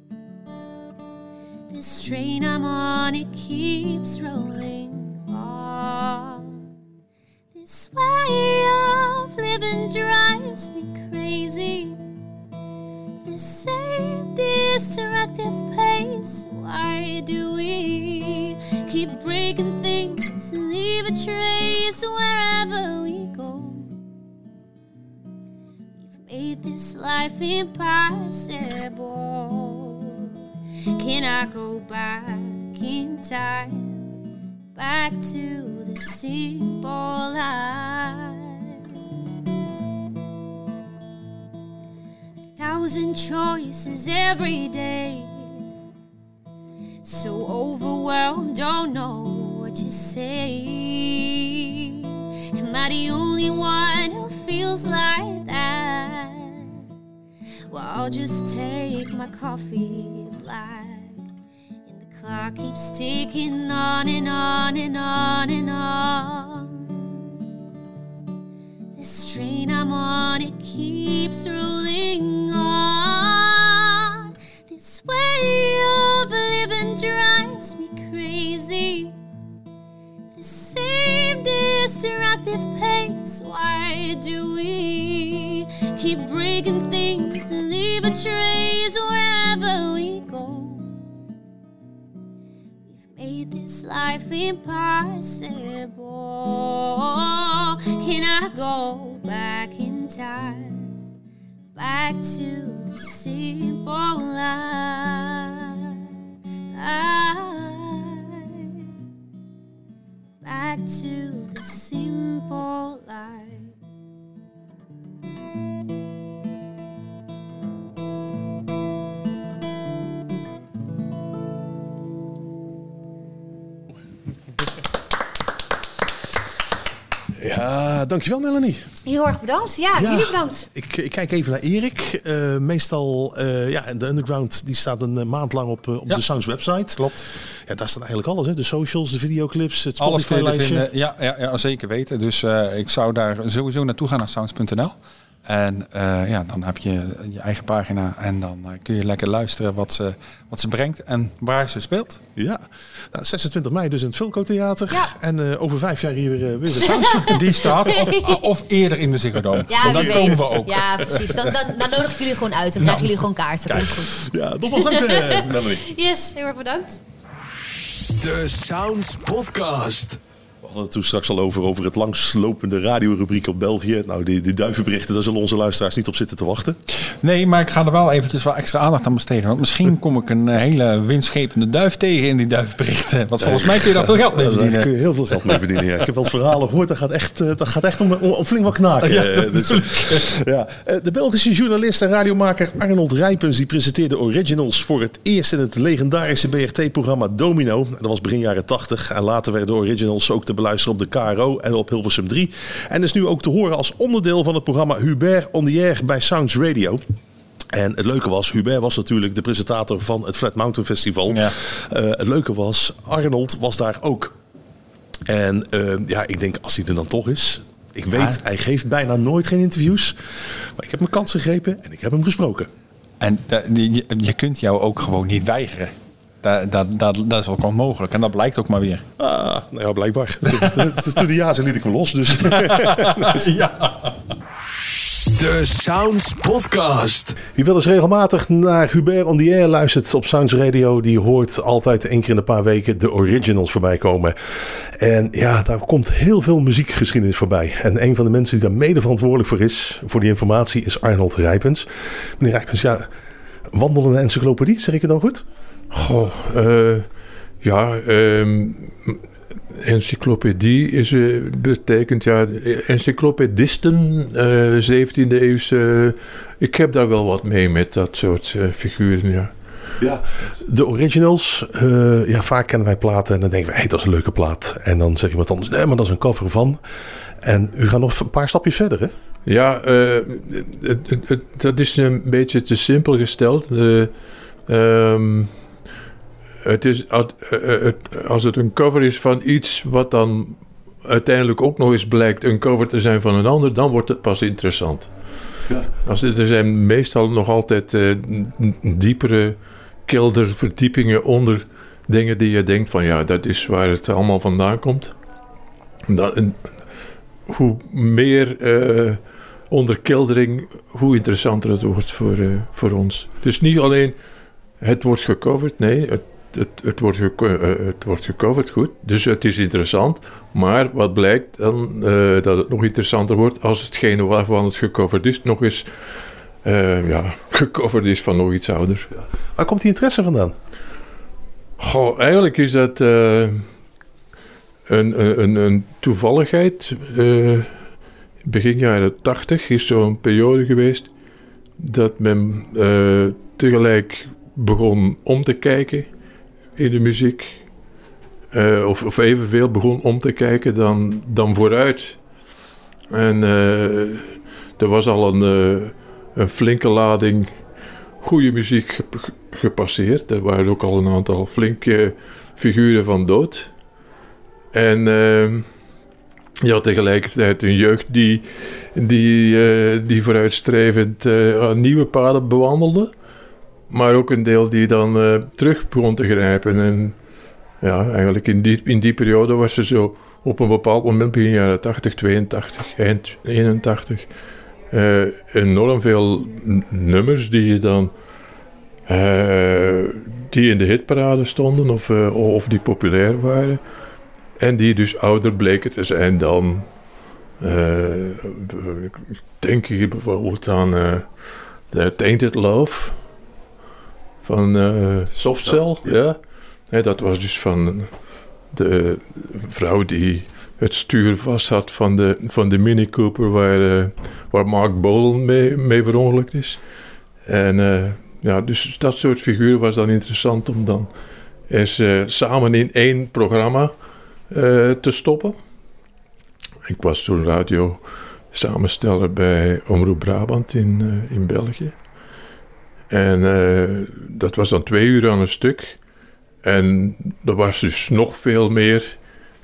This train I'm on, it keeps rolling on. This way of living drives me crazy. The same destructive pace. Why do we keep breaking things and leave a trace wherever we go? We've made this life impossible. Can I go back in time, back to the simple life? 1,000 choices every day, so overwhelmed, don't know what you say. Am I the only one who feels like that? Well, I'll just take my coffee black, and the clock keeps ticking on and on and on and on. This train I'm on, it keeps rolling on. This way of living drives me crazy. The same destructive pace. Why do we keep breaking things and leave a trace wherever we go? We've made this life impossible. Can I go back in time, back to the simple life, back to the simple life. Ja, dankjewel Melanie. Heel erg bedankt. Ja, jullie bedankt. Ik kijk even naar Erik. Meestal, de Underground die staat een maand lang op de Sounds website. Klopt. Ja, daar staat eigenlijk alles. Hè? De socials, de videoclips, het Alles kun je Spotify-lijstje. vinden. Ja, zeker weten. Dus ik zou daar sowieso naartoe gaan naar sounds.nl. En dan heb je je eigen pagina en dan kun je lekker luisteren wat ze brengt en waar ze speelt. Ja, 26 mei dus in het Philco Theater. Ja. En over 5 jaar hier weer de Sounds. Die staat of eerder in de Ziggo Dome. Ja, Want wie dan komen weet. we ook. Ja, precies. Dan nodig ik jullie gewoon uit. Dan krijgen jullie gewoon kaarten. Komt goed. Ja, nogmaals dank Melanie. Yes, heel erg bedankt. De Sounds Podcast. We hadden het toen straks al over het langslopende radiorubriek op België. Nou, die duivenberichten, daar zullen onze luisteraars niet op zitten te wachten. Nee, maar ik ga er wel eventjes wel extra aandacht aan besteden. Want misschien kom ik een hele winstgevende duif tegen in die duifberichten. Want volgens mij kun je daar veel geld mee verdienen. Daar kun je heel veel geld mee verdienen. Ja. Ik heb wel verhalen gehoord, dat gaat echt om flink wat knaken. Ja, De Belgische journalist en radiomaker Arnold Rijpens die presenteerde Originals voor het eerst in het legendarische BRT-programma Domino. Dat was begin jaren 80 en later werden de Originals ook te beluisteren op de KRO en op Hilversum 3. En is nu ook te horen als onderdeel van het programma Hubert on the Air bij Sounds Radio. En het leuke was, Hubert was natuurlijk de presentator van het Flat Mountain Festival. Ja. Het leuke was, Arnold was daar ook. En ik denk, als hij er dan toch is. Ik weet, hij geeft bijna nooit geen interviews. Maar ik heb mijn kans gegrepen en ik heb hem gesproken. En je kunt jou ook gewoon niet weigeren. Dat is ook onmogelijk. En dat blijkt ook maar weer. Nou ja, blijkbaar. Toen de ja zei liet ik hem los. Dus. Ja. De Sounds Podcast. Wie wel eens regelmatig naar Hubert on the Air luistert op Sounds Radio, die hoort altijd 1 keer in een paar weken de Originals voorbij komen. En ja, daar komt heel veel muziekgeschiedenis voorbij. En een van de mensen die daar mede verantwoordelijk voor is, voor die informatie, is Arnold Rijpens. Meneer Rijpens, ja, wandelende encyclopedie, zeg ik het dan goed? Goh, encyclopedie betekent encyclopedisten, 17e eeuwse. Ik heb daar wel wat mee met dat soort figuren, ja. Ja, de Originals, vaak kennen wij platen en dan denken we, hey, dat is een leuke plaat. En dan zegt iemand anders, nee, maar dat is een cover van. En u gaat nog een paar stapjes verder, hè? Ja, dat is een beetje te simpel gesteld. Het is, als het een cover is van iets wat dan uiteindelijk ook nog eens blijkt een cover te zijn van een ander, dan wordt het pas interessant. Ja. Er zijn meestal nog altijd diepere kelderverdiepingen onder dingen die je denkt van ja, dat is waar het allemaal vandaan komt. Hoe meer onderkeldering, hoe interessanter het wordt voor ons. Dus niet alleen het wordt gecoverd, nee, het wordt gecoverd, goed. Dus het is interessant. Maar wat blijkt dan, dat het nog interessanter wordt als hetgene waarvan het gecoverd is nog eens gecoverd is van nog iets ouder. Ja. Waar komt die interesse vandaan? Goh, eigenlijk is dat een toevalligheid. Begin jaren 80 is zo'n periode geweest dat men tegelijk begon om te kijken in de muziek. Of evenveel begon om te kijken dan vooruit. En er was al een flinke lading goede muziek gepasseerd. Er waren ook al een aantal flinke figuren van dood. En je had tegelijkertijd een jeugd die vooruitstrevend nieuwe paden bewandelde. Maar ook een deel die dan terug begon te grijpen. En ja, eigenlijk in die periode was er zo op een bepaald moment, begin jaren 80, 82, eind 81, die in de hitparade stonden of die populair waren. En die dus ouder bleken te zijn dan... denk ik bijvoorbeeld aan Tainted Love van Softcell. Ja. Ja, dat was dus van de vrouw die het stuur vast had van de Mini Cooper waar Mark Bolan mee verongelukt is. En dus dat soort figuren was dan interessant om dan eens samen in één programma te stoppen. Ik was toen radio samensteller bij Omroep Brabant in België. En dat was dan 2 uur aan een stuk. En er was dus nog veel meer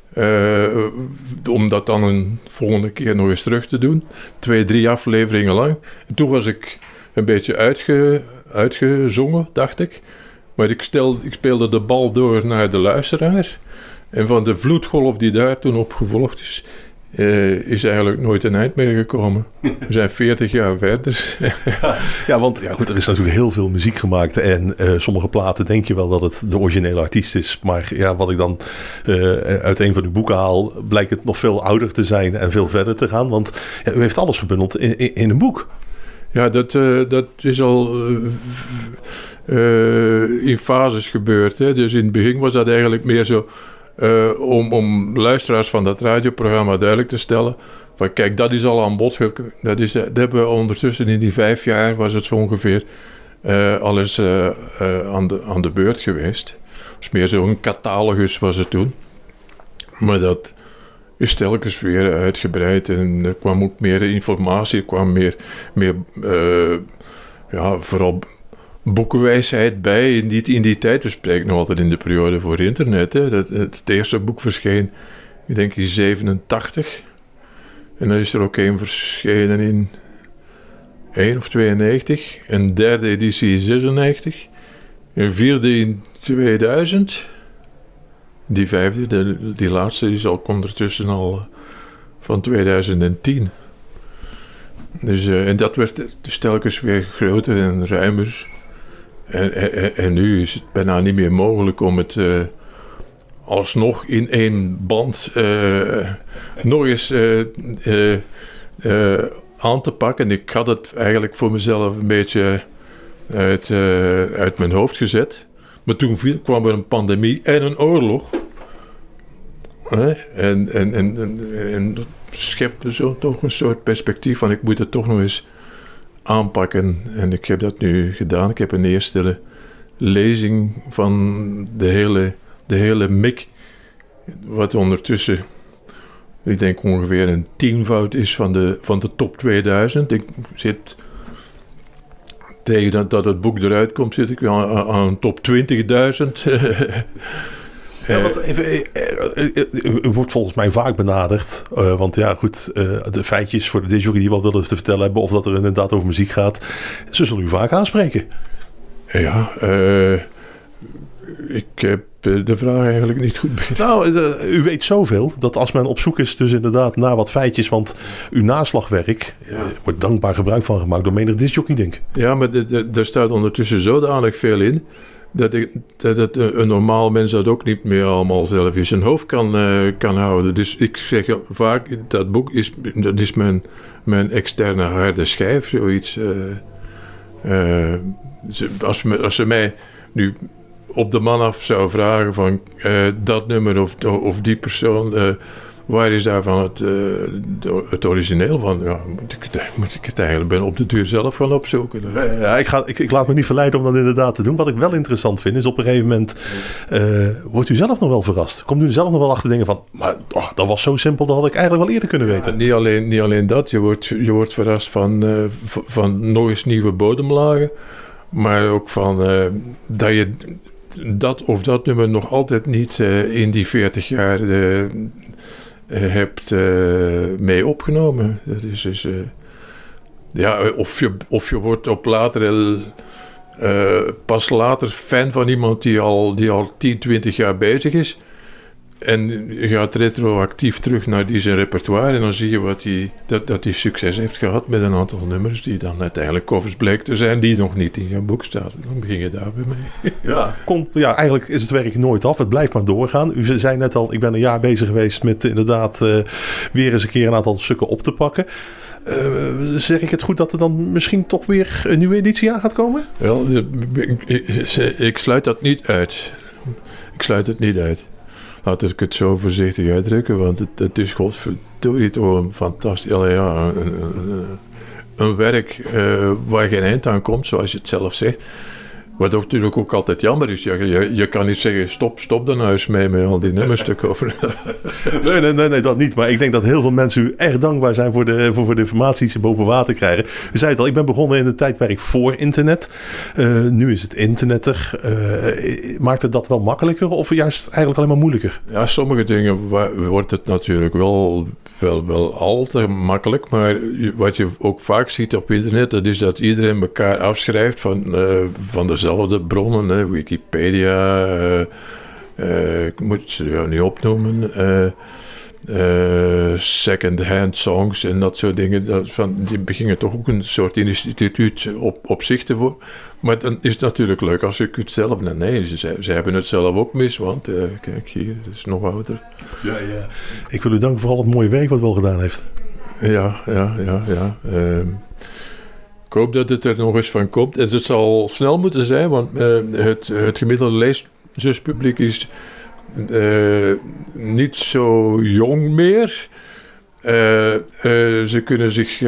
om dat dan een volgende keer nog eens terug te doen. 2-3 afleveringen lang. En toen was ik een beetje uitgezongen, dacht ik. Maar ik speelde de bal door naar de luisteraar. En van de vloedgolf die daar toen op gevolgd is eigenlijk nooit een eind meer gekomen. We zijn 40 jaar verder. Want er is natuurlijk heel veel muziek gemaakt. En sommige platen denk je wel dat het de originele artiest is. Maar ja, wat ik dan uit een van uw boeken haal, blijkt het nog veel ouder te zijn en veel verder te gaan. Want u heeft alles gebundeld in een boek. Ja, dat is al in fases gebeurd. Hè. Dus in het begin was dat eigenlijk meer zo... om luisteraars van dat radioprogramma duidelijk te stellen... van kijk, dat is al aan bod. Dat hebben we ondertussen in die 5 jaar... was het zo ongeveer alles aan de beurt geweest. Dus meer zo'n catalogus was het toen. Maar dat is telkens weer uitgebreid... en er kwam ook meer informatie, er kwam meer vooral... boekenwijsheid bij in die tijd. We spreken nog altijd in de periode voor internet. Hè. Het eerste boek verscheen, ik denk in 87. En dan is er ook een verschenen in 1 of 92. Een derde editie in 96. Een vierde in 2000. Die vijfde, die laatste, is ook ondertussen al van 2010. Dus, en dat werd dus telkens weer groter en ruimer. En nu is het bijna niet meer mogelijk om het alsnog in één band nog eens aan te pakken. Ik had het eigenlijk voor mezelf een beetje uit mijn hoofd gezet. Maar toen kwam er een pandemie en een oorlog. En dat schepte zo toch een soort perspectief van ik moet het toch nog eens aanpakken. En ik heb dat nu gedaan. Ik heb een eerste lezing van de hele mik. Wat ondertussen, ik denk ongeveer een 10-voud is van de top 2000. Ik zit tegen dat het boek eruit komt, zit ik aan een top 20.000. U wordt volgens mij vaak benaderd. Want ja, goed, de feitjes voor de discjockey die wat willen te vertellen hebben... of dat er inderdaad over muziek gaat... ze zullen u vaak aanspreken. Ja, ik heb de vraag eigenlijk niet goed begrepen. Nou, u weet zoveel dat als men op zoek is dus inderdaad naar wat feitjes... want uw naslagwerk wordt dankbaar gebruik van gemaakt door menig discjockey, denk ik. Ja, maar er staat ondertussen zodanig veel in... dat een normaal mens dat ook niet meer allemaal zelf in zijn hoofd kan houden. Dus ik zeg vaak, dat boek is mijn externe harde schijf, zoiets. Als ze mij nu op de man af zou vragen van dat nummer of die persoon... waar is daarvan het origineel van? Ja, moet ik het eigenlijk op de duur zelf gaan opzoeken? Ja, ik laat me niet verleiden om dat inderdaad te doen. Wat ik wel interessant vind, is op een gegeven moment... wordt u zelf nog wel verrast? Komt u zelf nog wel achter dingen van... maar dat was zo simpel, dat had ik eigenlijk wel eerder kunnen weten. Niet alleen dat. Je wordt verrast van nog eens nieuwe bodemlagen. Maar ook van dat je dat of dat nummer nog altijd niet in die 40 jaar... hebt mee opgenomen. Dat is dus... of je wordt pas later fan van iemand die al 10, 20 jaar bezig is. En je gaat retroactief terug naar die zijn repertoire en dan zie je dat hij succes heeft gehad met een aantal nummers die dan uiteindelijk covers blijkt te zijn die nog niet in jouw boek staan. Dan begin je daar weer mee. Ja, eigenlijk is het werk nooit af. Het blijft maar doorgaan. U zei net al, ik ben een jaar bezig geweest met inderdaad weer eens een keer een aantal stukken op te pakken. Zeg ik het goed dat er dan misschien toch weer een nieuwe editie aan gaat komen? Wel, ik sluit dat niet uit. Ik sluit het niet uit. Laat ik het zo voorzichtig uitdrukken, want het is godverdorie toch een fantastisch... een werk waar geen eind aan komt, zoals je het zelf zegt. Wat ook natuurlijk ook altijd jammer is. Je kan niet zeggen, stop dan huis mee met al die nummerstukken over. Nee, dat niet. Maar ik denk dat heel veel mensen u erg dankbaar zijn voor de informatie die ze boven water krijgen. U zei het al, ik ben begonnen in het tijdperk voor internet. Nu is het internet er. Maakt het dat wel makkelijker of juist eigenlijk alleen maar moeilijker? Ja, sommige dingen wordt het natuurlijk wel al te makkelijk. Maar wat je ook vaak ziet op internet, dat is dat iedereen elkaar afschrijft van dezelfde bronnen, Wikipedia, ik moet ze niet opnoemen, second-hand songs en dat soort dingen. Die beginnen toch ook een soort instituut op zich te worden. Maar dan is het natuurlijk leuk als je het zelf... Nee, ze hebben het zelf ook mis, want kijk hier, het is nog ouder. Ja. Ik wil u danken voor al het mooie werk wat u wel gedaan heeft. Ja. Ik hoop dat het er nog eens van komt. En het zal snel moeten zijn, want het gemiddelde leeszurspubliek is niet zo jong meer. Ze kunnen zich,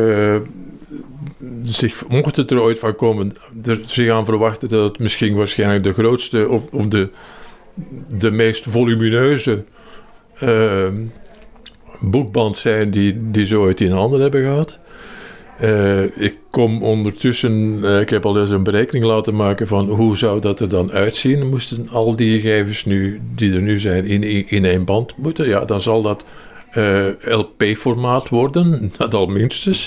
mocht het er ooit van komen, zich aan verwachten dat het misschien waarschijnlijk de grootste of de meest volumineuze boekband zijn die ze ooit in handen hebben gehad. Ik kom ondertussen, ik heb al eens een berekening laten maken van hoe zou dat er dan uitzien. Moesten al die gegevens die er nu zijn in één band moeten? Ja, dan zal dat LP-formaat worden, dat al minstens.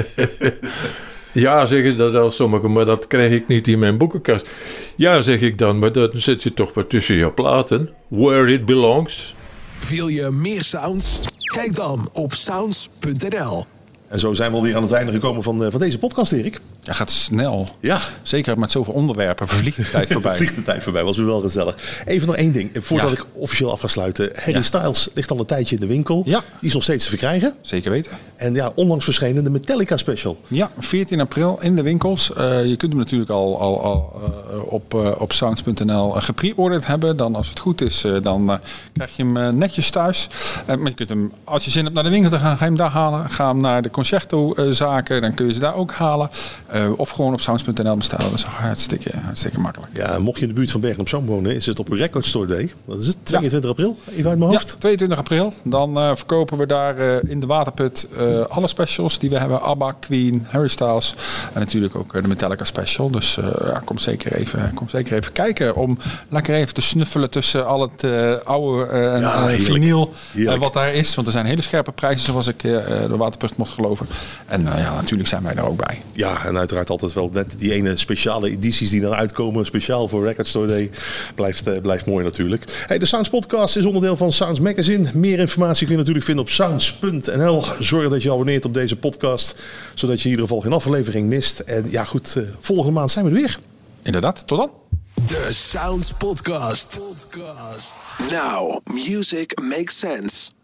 Ja, zeggen ze dat al sommigen, maar dat krijg ik niet in mijn boekenkast. Ja, zeg ik dan, maar dan zit je toch maar tussen je platen. Where it belongs. Wil je meer sounds? Kijk dan op sounds.nl. En zo zijn we alweer aan het einde gekomen van deze podcast, Erik. Ja, gaat snel. Ja. Zeker met zoveel onderwerpen. Vliegt de tijd voorbij. Vliegt de tijd voorbij, was weer wel gezellig. Even nog één ding, voordat ik officieel af ga sluiten. Harry Styles ligt al een tijdje in de winkel. Ja. Die is nog steeds te verkrijgen. Zeker weten. En ja, onlangs verschenen de Metallica special. Ja, 14 april in de winkels. Je kunt hem natuurlijk al op sounds.nl gepre-orderd hebben. Dan als het goed is, dan krijg je hem netjes thuis. Maar je kunt hem, als je zin hebt naar de winkel te gaan, ga je hem daar halen. Ga hem naar de Concerto-zaken, dan kun je ze daar ook halen. Of gewoon op sounds.nl bestellen. Dat is hartstikke makkelijk. Ja, mocht je in de buurt van Bergen op Zoom wonen, is het op Record Store Day. Dat is het, 22 april, even uit mijn hoofd. Ja, 22 april. Dan verkopen we daar in de Waterput alle specials die we hebben. ABBA, Queen, Harry Styles en natuurlijk ook de Metallica special. Dus kom zeker even kijken om lekker even te snuffelen tussen al het oude vinyl wat daar is. Want er zijn hele scherpe prijzen zoals ik de Waterput mocht geloven. En natuurlijk zijn wij er ook bij. Ja, en uiteraard altijd wel net die ene speciale edities die dan uitkomen. Speciaal voor Record Store Day. Blijft mooi natuurlijk. Hey, de Sounds Podcast is onderdeel van Sounds Magazine. Meer informatie kun je natuurlijk vinden op sounds.nl. Zorg dat je abonneert op deze podcast. Zodat je in ieder geval geen aflevering mist. En ja goed, volgende maand zijn we er weer. Inderdaad, tot dan. De Sounds Podcast. Now, music makes sense.